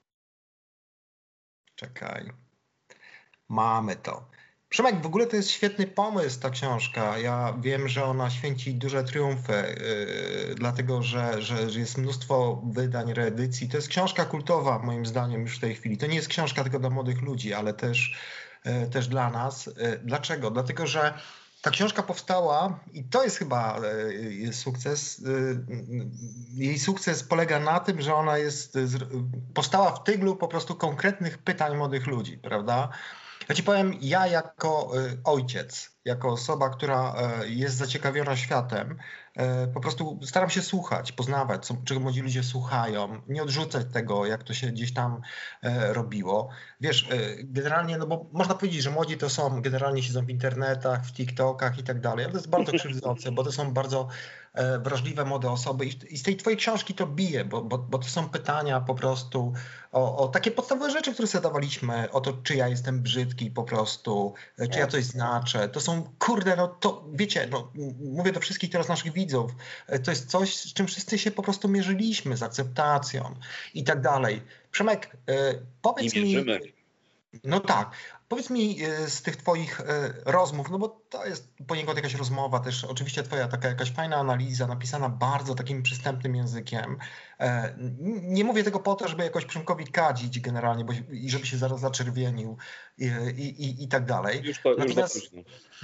Czekaj. Mamy to. Przemek, w ogóle to jest świetny pomysł, ta książka. Ja wiem, że ona święci duże triumfy, dlatego że jest mnóstwo wydań, reedycji. To jest książka kultowa, moim zdaniem, już w tej chwili. To nie jest książka tylko dla młodych ludzi, ale też dla nas. Dlaczego? Dlatego, że ta książka powstała i to jest chyba sukces. Jej sukces polega na tym, że ona powstała w tyglu po prostu konkretnych pytań młodych ludzi, prawda? Ja ci powiem, ja jako ojciec, jako osoba, która jest zaciekawiona światem, po prostu staram się słuchać, poznawać, czego młodzi ludzie słuchają, nie odrzucać tego, jak to się gdzieś tam robiło. Wiesz, generalnie, no bo można powiedzieć, że młodzi to są, generalnie siedzą w internetach, w TikTokach i tak dalej, ale to jest bardzo krzywdzące, bo to są bardzo wrażliwe młode osoby i z tej twojej książki to bije, bo to są pytania po prostu o takie podstawowe rzeczy, które sobie dawaliśmy, o to, czy ja jestem brzydki po prostu, czy ja coś znaczę. To są, kurde, no to wiecie, no, mówię do wszystkich teraz naszych widzów, to jest coś, z czym wszyscy się po prostu mierzyliśmy, z akceptacją i tak dalej. Przemek, powiedz I mi, mierzymy. no tak. Powiedz mi z tych twoich rozmów, no bo to jest poniekąd jakaś rozmowa, też oczywiście twoja taka jakaś fajna analiza, napisana bardzo takim przystępnym językiem. Nie mówię tego po to, żeby jakoś Przemkowi kadzić generalnie, i żeby się zaraz zaczerwienił i tak dalej. Już za późno.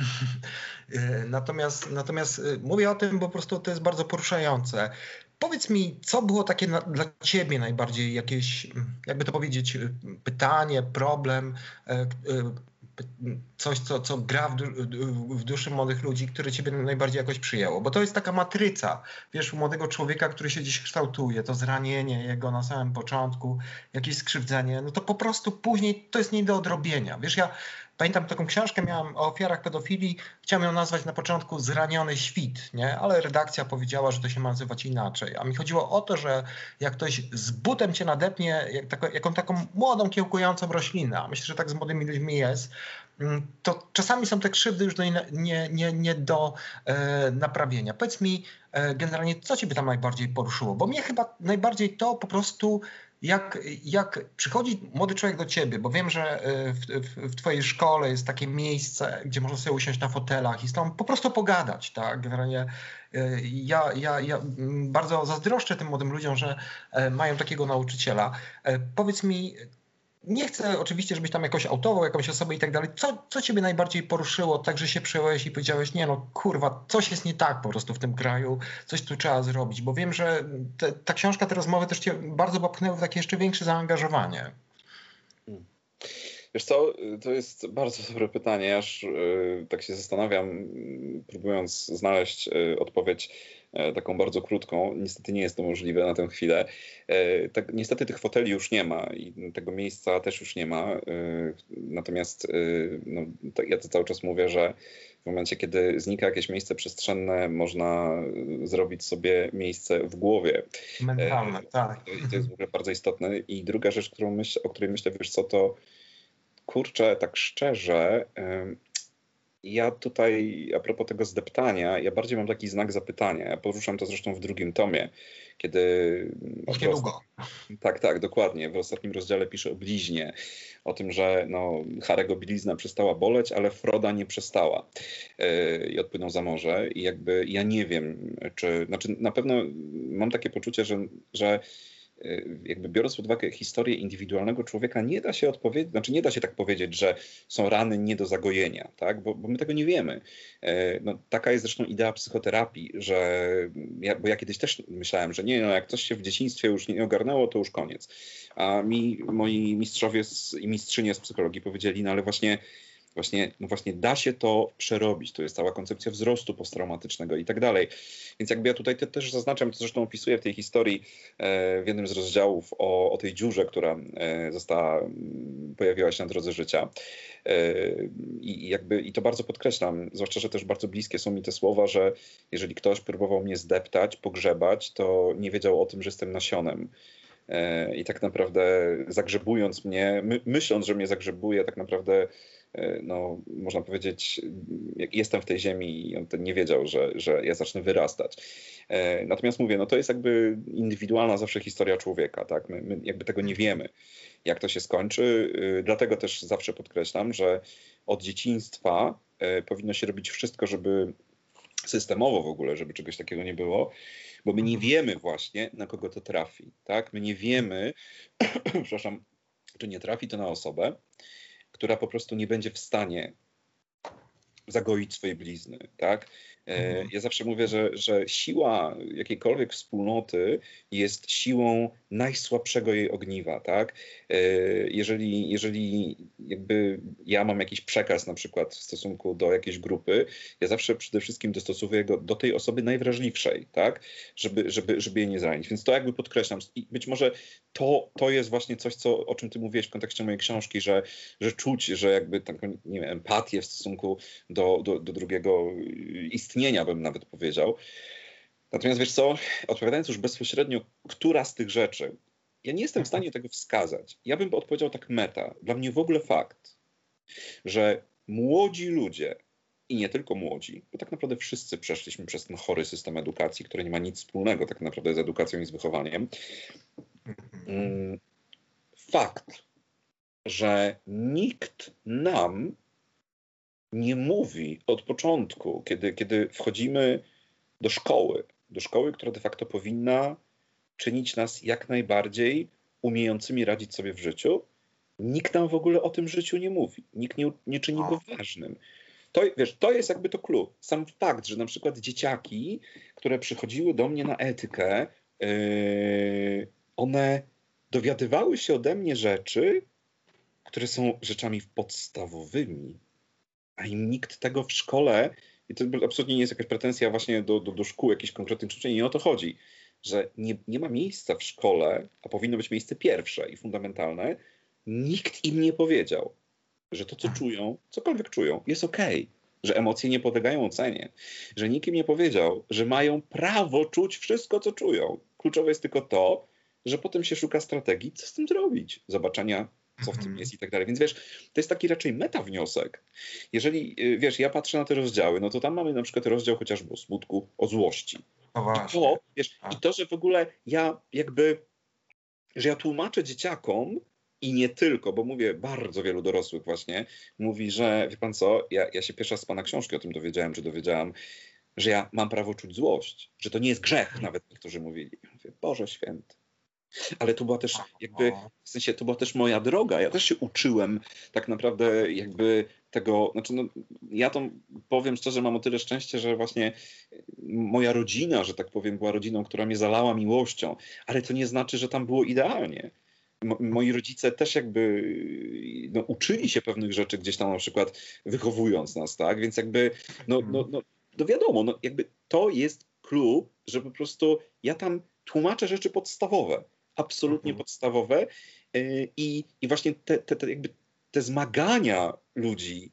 Natomiast mówię o tym, bo po prostu to jest bardzo poruszające. Powiedz mi, co było takie dla ciebie najbardziej jakieś, jakby to powiedzieć, pytanie, problem, coś, co gra w duszy młodych ludzi, które ciebie najbardziej jakoś przyjęło? Bo to jest taka matryca, wiesz, u młodego człowieka, który się gdzieś kształtuje, to zranienie jego na samym początku, jakieś skrzywdzenie, no to po prostu później to jest nie do odrobienia. Wiesz, ja pamiętam taką książkę, miałam o ofiarach pedofilii, chciałem ją nazwać na początku Zraniony świt, nie? Ale redakcja powiedziała, że to się ma nazywać inaczej. A mi chodziło o to, że jak ktoś z butem cię nadepnie, jaką taką młodą, kiełkującą roślinę, a myślę, że tak z młodymi ludźmi jest, to czasami są te krzywdy już nie do naprawienia. Powiedz mi generalnie, co ciebie tam najbardziej poruszyło? Bo mnie chyba najbardziej to po prostu jak przychodzi młody człowiek do ciebie, bo wiem, że w twojej szkole jest takie miejsce, gdzie można sobie usiąść na fotelach i z tobą po prostu pogadać, tak? Generalnie ja bardzo zazdroszczę tym młodym ludziom, że mają takiego nauczyciela. Powiedz mi, nie chcę oczywiście, żebyś tam jakoś autował jakąś osobę i tak dalej. Co ciebie najbardziej poruszyło, tak że się przejąłeś i powiedziałeś, nie no kurwa, coś jest nie tak po prostu w tym kraju, coś tu trzeba zrobić, bo wiem, że ta książka, te rozmowy też cię bardzo popchnęły w takie jeszcze większe zaangażowanie. Wiesz co, to jest bardzo dobre pytanie, aż tak się zastanawiam, próbując znaleźć odpowiedź taką bardzo krótką. Niestety nie jest to możliwe na tę chwilę. Tak, niestety tych foteli już nie ma i tego miejsca też już nie ma. Natomiast no, ja to cały czas mówię, że w momencie, kiedy znika jakieś miejsce przestrzenne, można zrobić sobie miejsce w głowie. Mentalne, tak. I to jest w ogóle bardzo istotne. I druga rzecz, o której myślę, wiesz co, to kurczę, tak szczerze, ja tutaj a propos tego zdeptania, ja bardziej mam taki znak zapytania. Ja poruszam to zresztą w drugim tomie, kiedy... Już niedługo. Tak, dokładnie. W ostatnim rozdziale piszę o bliźnie, o tym, że no, Harry'ego blizna przestała boleć, ale Froda nie przestała i odpłynął za morze. I jakby ja nie wiem, znaczy na pewno mam takie poczucie, że jakby biorąc pod uwagę historię indywidualnego człowieka, nie da się odpowiedzieć, znaczy nie da się tak powiedzieć, że są rany nie do zagojenia, tak? Bo my tego nie wiemy. No, taka jest zresztą idea psychoterapii, że bo ja kiedyś też myślałem, że nie, no jak coś się w dzieciństwie już nie ogarnęło, to już koniec. A moi mistrzowie i mistrzynie z psychologii powiedzieli, no ale właśnie da się to przerobić. To jest cała koncepcja wzrostu posttraumatycznego i tak dalej. Więc jakby ja tutaj też zaznaczam, to zresztą opisuję w tej historii w jednym z rozdziałów o tej dziurze, która pojawiła się na drodze życia. I to bardzo podkreślam, zwłaszcza, że też bardzo bliskie są mi te słowa, że jeżeli ktoś próbował mnie zdeptać, pogrzebać, to nie wiedział o tym, że jestem nasionem. I tak naprawdę zagrzebując mnie, myśląc, że mnie zagrzebuje, tak naprawdę no, można powiedzieć, jestem w tej ziemi i on nie wiedział, że ja zacznę wyrastać. Natomiast mówię, no to jest jakby indywidualna zawsze historia człowieka, tak? My jakby tego nie wiemy, jak to się skończy. Dlatego też zawsze podkreślam, że od dzieciństwa powinno się robić wszystko, żeby systemowo w ogóle, żeby czegoś takiego nie było, bo my nie wiemy właśnie, na kogo to trafi, tak? My nie wiemy, przepraszam, czy nie trafi to na osobę, która po prostu nie będzie w stanie zagoić swoje blizny, tak? Ja zawsze mówię, że siła jakiejkolwiek wspólnoty jest siłą najsłabszego jej ogniwa, tak? Jeżeli jakby ja mam jakiś przekaz na przykład w stosunku do jakiejś grupy, ja zawsze przede wszystkim dostosowuję go do tej osoby najwrażliwszej, tak? Żeby jej nie zranić. Więc to jakby podkreślam. I być może to jest właśnie coś, o czym ty mówiłeś w kontekście mojej książki, że czuć, że jakby taką, nie wiem, empatię w stosunku do drugiego istnienia, bym nawet powiedział. Natomiast wiesz co, odpowiadając już bezpośrednio, która z tych rzeczy, ja nie jestem w stanie tego wskazać. Ja bym odpowiedział tak meta. Dla mnie w ogóle fakt, że młodzi ludzie, i nie tylko młodzi, bo tak naprawdę wszyscy przeszliśmy przez ten chory system edukacji, który nie ma nic wspólnego tak naprawdę z edukacją i z wychowaniem. Fakt, że nikt nam nie mówi od początku, kiedy wchodzimy do szkoły, która de facto powinna czynić nas jak najbardziej umiejącymi radzić sobie w życiu, nikt nam w ogóle o tym życiu nie mówi. Nikt nie czyni go ważnym. To jest jakby to clue. Sam fakt, że na przykład dzieciaki, które przychodziły do mnie na etykę, one dowiadywały się ode mnie rzeczy, które są rzeczami podstawowymi, a im nikt tego w szkole, i to absolutnie nie jest jakaś pretensja właśnie do szkół, jakichś konkretnych przyczyn, nie o to chodzi, że nie ma miejsca w szkole, a powinno być miejsce pierwsze i fundamentalne, nikt im nie powiedział, że to, co czują, cokolwiek czują, jest okej, że emocje nie podlegają ocenie, że nikt im nie powiedział, że mają prawo czuć wszystko, co czują. Kluczowe jest tylko to, że potem się szuka strategii, co z tym zrobić, zobaczenia, co w tym jest i tak dalej. Więc wiesz, to jest taki raczej meta wniosek. Jeżeli, wiesz, ja patrzę na te rozdziały, no to tam mamy na przykład rozdział chociażby o smutku, o złości. I to, że w ogóle że ja tłumaczę dzieciakom i nie tylko, bo mówię, bardzo wielu dorosłych właśnie mówi, że wie pan co, ja się pierwsza z pana książki o tym dowiedziałam, że ja mam prawo czuć złość, że to nie jest grzech, nawet niektórzy mówili. Ja mówię, Boże Święty. Ale to była też w sensie to była też moja droga. Ja też się uczyłem tak naprawdę jakby tego, znaczy no, ja to powiem szczerze, mam o tyle szczęście, że właśnie moja rodzina, że tak powiem, była rodziną, która mnie zalała miłością, ale to nie znaczy, że tam było idealnie. Moi rodzice też jakby uczyli się pewnych rzeczy gdzieś tam na przykład wychowując nas, tak? Więc jakby no wiadomo, jakby to jest clue, że po prostu ja tam tłumaczę rzeczy podstawowe, absolutnie podstawowe i właśnie te zmagania ludzi,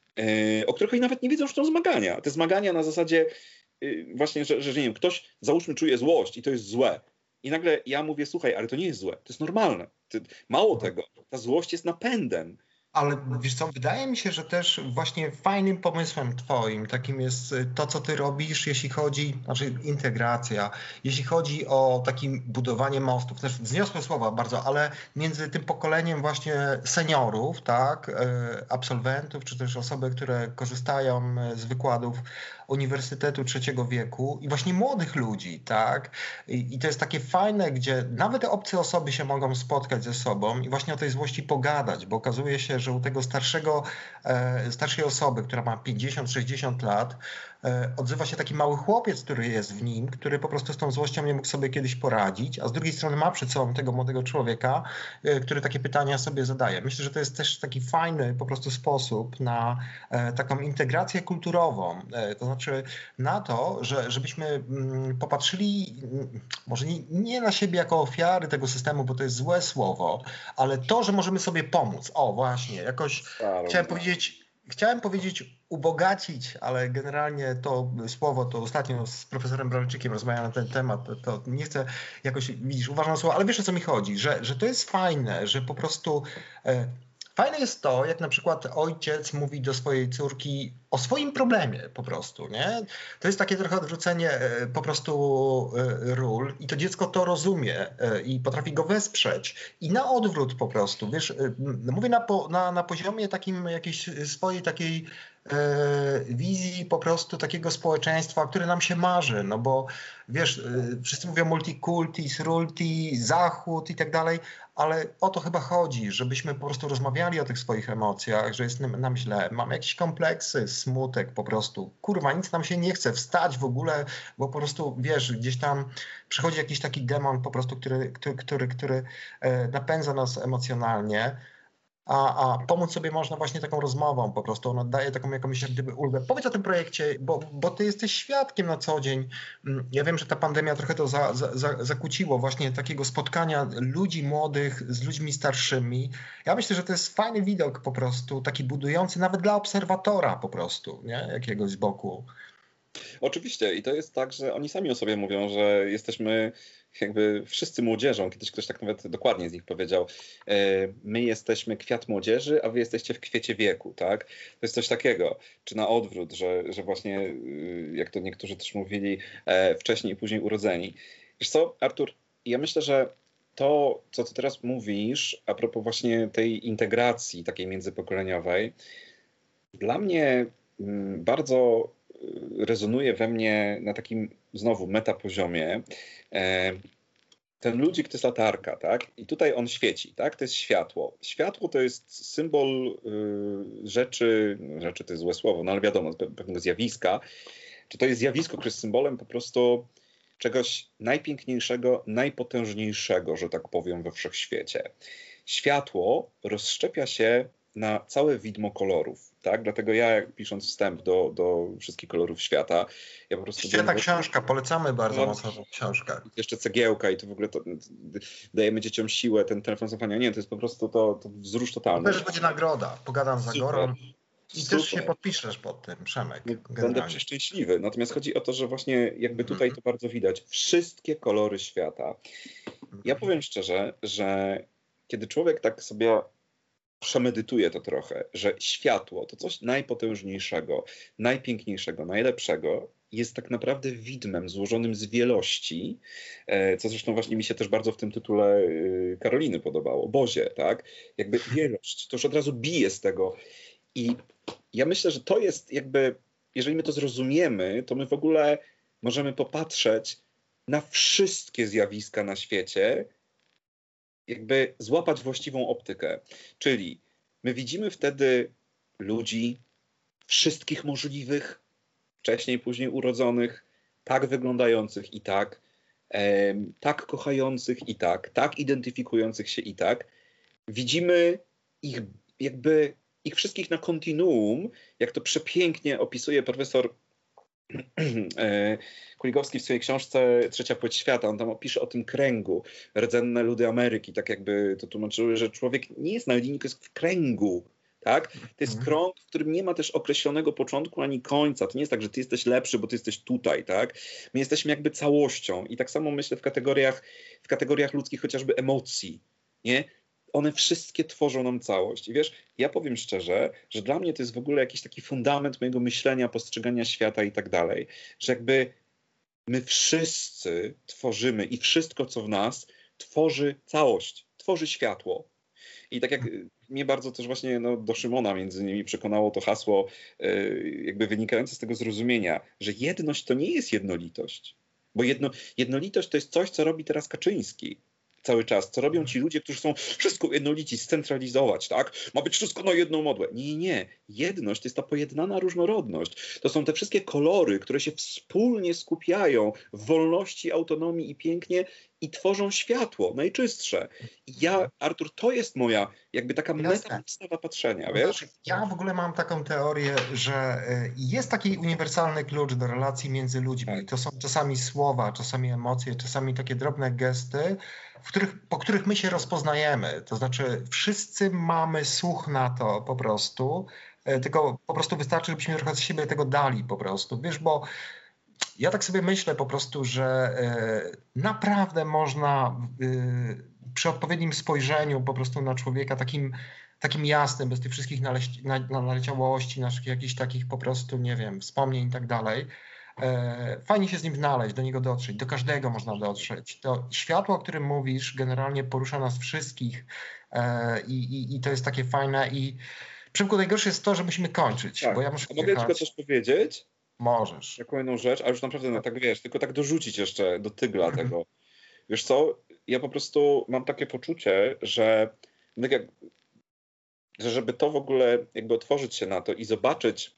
o których oni nawet nie wiedzą, że to zmagania. Te zmagania na zasadzie właśnie, że nie wiem, ktoś załóżmy czuje złość i to jest złe. I nagle ja mówię, słuchaj, ale to nie jest złe, to jest normalne. Mało tego, ta złość jest napędem. Ale wiesz co, wydaje mi się, że też właśnie fajnym pomysłem twoim takim jest to, co ty robisz, jeśli chodzi, znaczy integracja, jeśli chodzi o takim budowanie mostów, też wzniosłe słowa bardzo, ale między tym pokoleniem właśnie seniorów, tak, absolwentów, czy też osoby, które korzystają z wykładów Uniwersytetu Trzeciego Wieku i właśnie młodych ludzi, tak? I to jest takie fajne, gdzie nawet obce osoby się mogą spotkać ze sobą i właśnie o tej złości pogadać, bo okazuje się, że u tego starszej osoby, która ma 50-60 lat, odzywa się taki mały chłopiec, który jest w nim, który po prostu z tą złością nie mógł sobie kiedyś poradzić, a z drugiej strony ma przed sobą tego młodego człowieka, który takie pytania sobie zadaje. Myślę, że to jest też taki fajny po prostu sposób na taką integrację kulturową, to znaczy na to, żebyśmy popatrzyli może nie na siebie jako ofiary tego systemu, bo to jest złe słowo, ale to, że możemy sobie pomóc. O właśnie, jakoś chciałem powiedzieć ubogacić, ale generalnie to słowo, to ostatnio z profesorem Bralczykiem rozmawiałem na ten temat, to nie chcę jakoś, widzisz, uważam słowo, ale wiesz o co mi chodzi, że to jest fajne, że po prostu fajne jest to, jak na przykład ojciec mówi do swojej córki o swoim problemie po prostu, nie? To jest takie trochę odwrócenie po prostu ról i to dziecko to rozumie i potrafi go wesprzeć. I na odwrót po prostu, wiesz, mówię na poziomie takim jakiejś swojej takiej wizji po prostu takiego społeczeństwa, które nam się marzy, no bo wiesz, wszyscy mówią multikulti, srulti, zachód i tak dalej, ale o to chyba chodzi, żebyśmy po prostu rozmawiali o tych swoich emocjach, że jest nam źle, mamy jakieś kompleksy, smutek po prostu. Kurwa, nic nam się nie chce wstać w ogóle, bo po prostu, wiesz, gdzieś tam przychodzi jakiś taki demon po prostu, który napędza nas emocjonalnie. A pomóc sobie można właśnie taką rozmową po prostu. Ona daje taką jakąś jak gdyby ulgę. Powiedz o tym projekcie, bo ty jesteś świadkiem na co dzień. Ja wiem, że ta pandemia trochę to zakłóciło właśnie takiego spotkania ludzi młodych z ludźmi starszymi. Ja myślę, że to jest fajny widok po prostu, taki budujący nawet dla obserwatora po prostu, nie? Jakiegoś z boku. Oczywiście i to jest tak, że oni sami o sobie mówią, że jesteśmy jakby wszyscy młodzieżą. Kiedyś ktoś tak nawet dokładnie z nich powiedział, my jesteśmy kwiat młodzieży, a wy jesteście w kwiecie wieku, tak? To jest coś takiego. Czy na odwrót, że właśnie, jak to niektórzy też mówili, wcześniej i później urodzeni. Wiesz co, Artur, ja myślę, że to, co ty teraz mówisz, a propos właśnie tej integracji takiej międzypokoleniowej, dla mnie bardzo rezonuje we mnie na takim znowu metapoziomie. Ten ludzik to jest latarka, tak? I tutaj on świeci, tak? To jest światło. Światło to jest symbol rzeczy to jest złe słowo, no ale wiadomo, pewnego zjawiska. Czy to jest zjawisko, które jest symbolem po prostu czegoś najpiękniejszego, najpotężniejszego, że tak powiem, we wszechświecie. Światło rozszczepia się na całe widmo kolorów, tak? Dlatego ja, pisząc wstęp do wszystkich kolorów świata, ja po prostu... Świetna książka, polecamy bardzo mocno tą książkę. Jeszcze cegiełka i to w ogóle to, dajemy dzieciom siłę, ten telefon zaufania. Nie, to jest po prostu to wzrusz totalny. Też będzie nagroda, pogadam z Agorą. I Super. też się podpiszesz pod tym, Przemek. Będę przeszczęśliwy. Natomiast chodzi o to, że właśnie jakby tutaj to bardzo widać. Wszystkie kolory świata. Ja powiem szczerze, że kiedy człowiek tak sobie przemedytuje to trochę, że światło to coś najpotężniejszego, najpiękniejszego, najlepszego jest tak naprawdę widmem złożonym z wielości, co zresztą właśnie mi się też bardzo w tym tytule Karoliny podobało, Bozie, tak? Jakby wielość, to już od razu bije z tego. I ja myślę, że to jest jakby, jeżeli my to zrozumiemy, to my w ogóle możemy popatrzeć na wszystkie zjawiska na świecie, jakby złapać właściwą optykę. Czyli my widzimy wtedy ludzi, wszystkich możliwych, wcześniej, później urodzonych, tak wyglądających i tak kochających i tak identyfikujących się i tak. Widzimy ich jakby, ich wszystkich na kontinuum, jak to przepięknie opisuje profesor Kuligowski w swojej książce Trzecia płeć świata. On tam pisze o tym kręgu. Rdzenne ludy Ameryki, tak jakby to tłumaczyły, że człowiek nie jest na linii, tylko jest w kręgu. Tak? To jest krąg, w którym nie ma też określonego początku ani końca. To nie jest tak, że ty jesteś lepszy, bo ty jesteś tutaj. Tak? My jesteśmy jakby całością. I tak samo myślę w kategoriach ludzkich chociażby emocji. Nie? One wszystkie tworzą nam całość. I wiesz, ja powiem szczerze, że dla mnie to jest w ogóle jakiś taki fundament mojego myślenia, postrzegania świata i tak dalej, że jakby my wszyscy tworzymy i wszystko, co w nas, tworzy całość, tworzy światło. I tak jak mnie bardzo też właśnie do Szymona między innymi przekonało to hasło jakby wynikające z tego zrozumienia, że jedność to nie jest jednolitość. Bo jednolitość to jest coś, co robi teraz Kaczyński cały czas, co robią ci ludzie, którzy są wszystko jednolici, scentralizować, tak? Ma być wszystko na jedną modłę. Nie. Jedność to jest ta pojednana różnorodność. To są te wszystkie kolory, które się wspólnie skupiają w wolności, autonomii i pięknie i tworzą światło najczystsze. I Artur, to jest moja jakby taka meta-podstawa patrzenia, wiesz? Ja w ogóle mam taką teorię, że jest taki uniwersalny klucz do relacji między ludźmi. Tak. To są czasami słowa, czasami emocje, czasami takie drobne gesty, po których my się rozpoznajemy. To znaczy wszyscy mamy słuch na to po prostu, tylko po prostu wystarczy, żebyśmy trochę z siebie tego dali po prostu. Wiesz, bo ja tak sobie myślę po prostu, że naprawdę można przy odpowiednim spojrzeniu po prostu na człowieka takim jasnym, bez tych wszystkich naleciałości, naszych jakichś takich po prostu, nie wiem, wspomnień i tak dalej. Fajnie się z nim znaleźć, do niego dotrzeć, do każdego można dotrzeć. To światło, o którym mówisz, generalnie porusza nas wszystkich i to jest takie fajne i Przemku, najgorsze jest to, że musimy kończyć, tak. Bo ja muszę Mogę tylko coś powiedzieć? Możesz. Jaką jedną rzecz, ale już naprawdę tak wiesz, tylko tak dorzucić jeszcze do tygla tego. Wiesz co, ja po prostu mam takie poczucie, że tak jak, że żeby to w ogóle jakby otworzyć się na to i zobaczyć,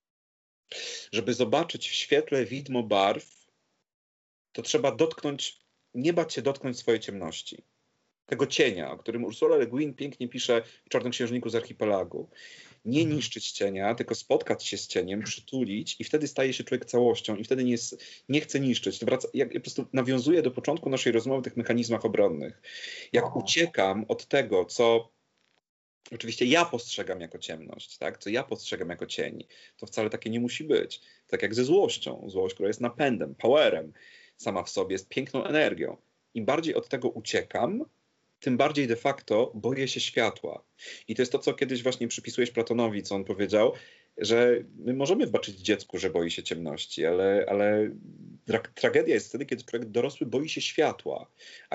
żeby zobaczyć w świetle widmo barw, to trzeba nie bać się dotknąć swojej ciemności. Tego cienia, o którym Ursula Le Guin pięknie pisze w Czarnoksiężniku z Archipelagu. Nie niszczyć cienia, tylko spotkać się z cieniem, przytulić i wtedy staje się człowiek całością i wtedy nie chce niszczyć. To po prostu nawiązuje do początku naszej rozmowy o tych mechanizmach obronnych. Jak uciekam od tego, co oczywiście ja postrzegam jako ciemność, tak? Co ja postrzegam jako cień, to wcale takie nie musi być. Tak jak ze złością. Złość, która jest napędem, powerem, sama w sobie jest piękną energią. Im bardziej od tego uciekam, tym bardziej de facto boję się światła. I to jest to, co kiedyś właśnie przypisujesz Platonowi, co on powiedział, że my możemy wybaczyć dziecku, że boi się ciemności, ale tragedia jest wtedy, kiedy człowiek dorosły boi się światła, a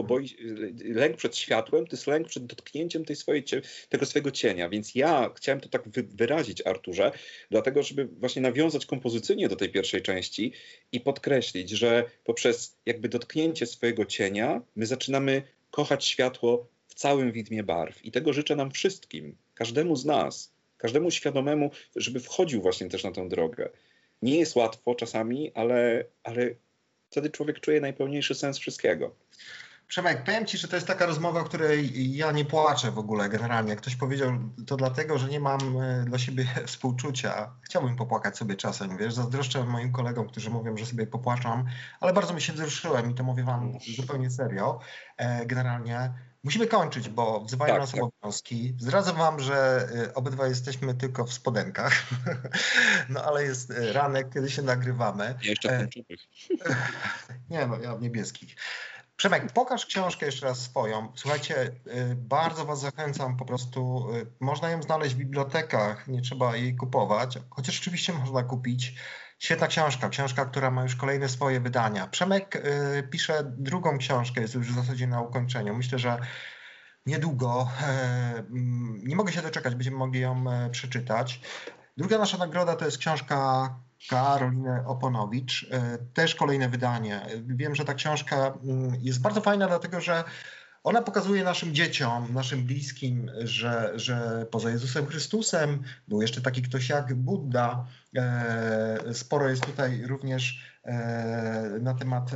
lęk przed światłem to jest lęk przed dotknięciem tego swojego cienia. Więc ja chciałem to tak wyrazić, Arturze, dlatego, żeby właśnie nawiązać kompozycyjnie do tej pierwszej części i podkreślić, że poprzez jakby dotknięcie swojego cienia my zaczynamy kochać światło w całym widmie barw. I tego życzę nam wszystkim, każdemu z nas, każdemu świadomemu, żeby wchodził właśnie też na tę drogę. Nie jest łatwo czasami, ale wtedy człowiek czuje najpełniejszy sens wszystkiego. Przemek, powiem Ci, że to jest taka rozmowa, w której ja nie płaczę w ogóle generalnie. Jak ktoś powiedział, to dlatego, że nie mam dla siebie współczucia. Chciałbym popłakać sobie czasem, wiesz, zazdroszczę moim kolegom, którzy mówią, że sobie popłaczam, ale bardzo mi się wzruszyłem i to mówię Wam zupełnie serio. Generalnie musimy kończyć, bo wzywają nas obowiązki. Zdradzę Wam, że obydwa jesteśmy tylko w spodenkach, no ale jest ranek, kiedy się nagrywamy. Ja jeszcze tęczowych. Nie no, ja w niebieskich. Przemek, pokaż książkę jeszcze raz swoją. Słuchajcie, bardzo Was zachęcam, po prostu można ją znaleźć w bibliotekach, nie trzeba jej kupować, chociaż oczywiście można kupić. Świetna książka, która ma już kolejne swoje wydania. Przemek pisze drugą książkę, jest już w zasadzie na ukończeniu. Myślę, że niedługo, nie mogę się doczekać, będziemy mogli ją przeczytać. Druga nasza nagroda to jest książka Karoliny Oponowicz, też kolejne wydanie. Wiem, że ta książka jest bardzo fajna, dlatego że ona pokazuje naszym dzieciom, naszym bliskim, że poza Jezusem Chrystusem był jeszcze taki ktoś jak Budda. Sporo jest tutaj również na temat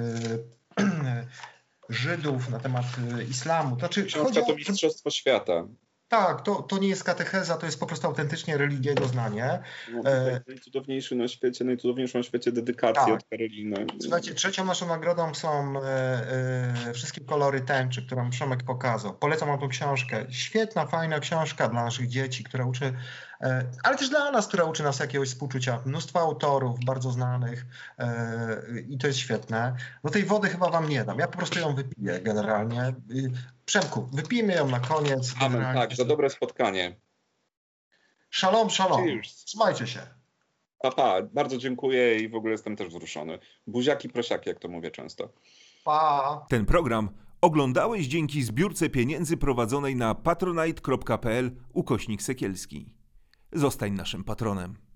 Żydów, na temat islamu. Książka to Mistrzostwo Świata. Tak, to nie jest katecheza, to jest po prostu autentycznie religija i doznanie. No, najcudowniejszą na świecie dedykację od Karoliny. Słuchajcie, trzecią naszą nagrodą są wszystkie kolory tęczy, którą Przemek pokazał. Polecam wam tą książkę. Świetna, fajna książka dla naszych dzieci, która uczy, ale też dla nas, która uczy nas jakiegoś współczucia. Mnóstwo autorów, bardzo znanych i to jest świetne. No tej wody chyba wam nie dam, ja po prostu ją wypiję generalnie. Przemku, wypijmy ją na koniec. Amen, tak, za dobre spotkanie. Shalom. Cheers. Trzymajcie się. Pa. Bardzo dziękuję i w ogóle jestem też wzruszony. Buziaki, prosiaki, jak to mówię często. Pa. Ten program oglądałeś dzięki zbiórce pieniędzy prowadzonej na patronite.pl/Sekielski. Zostań naszym patronem.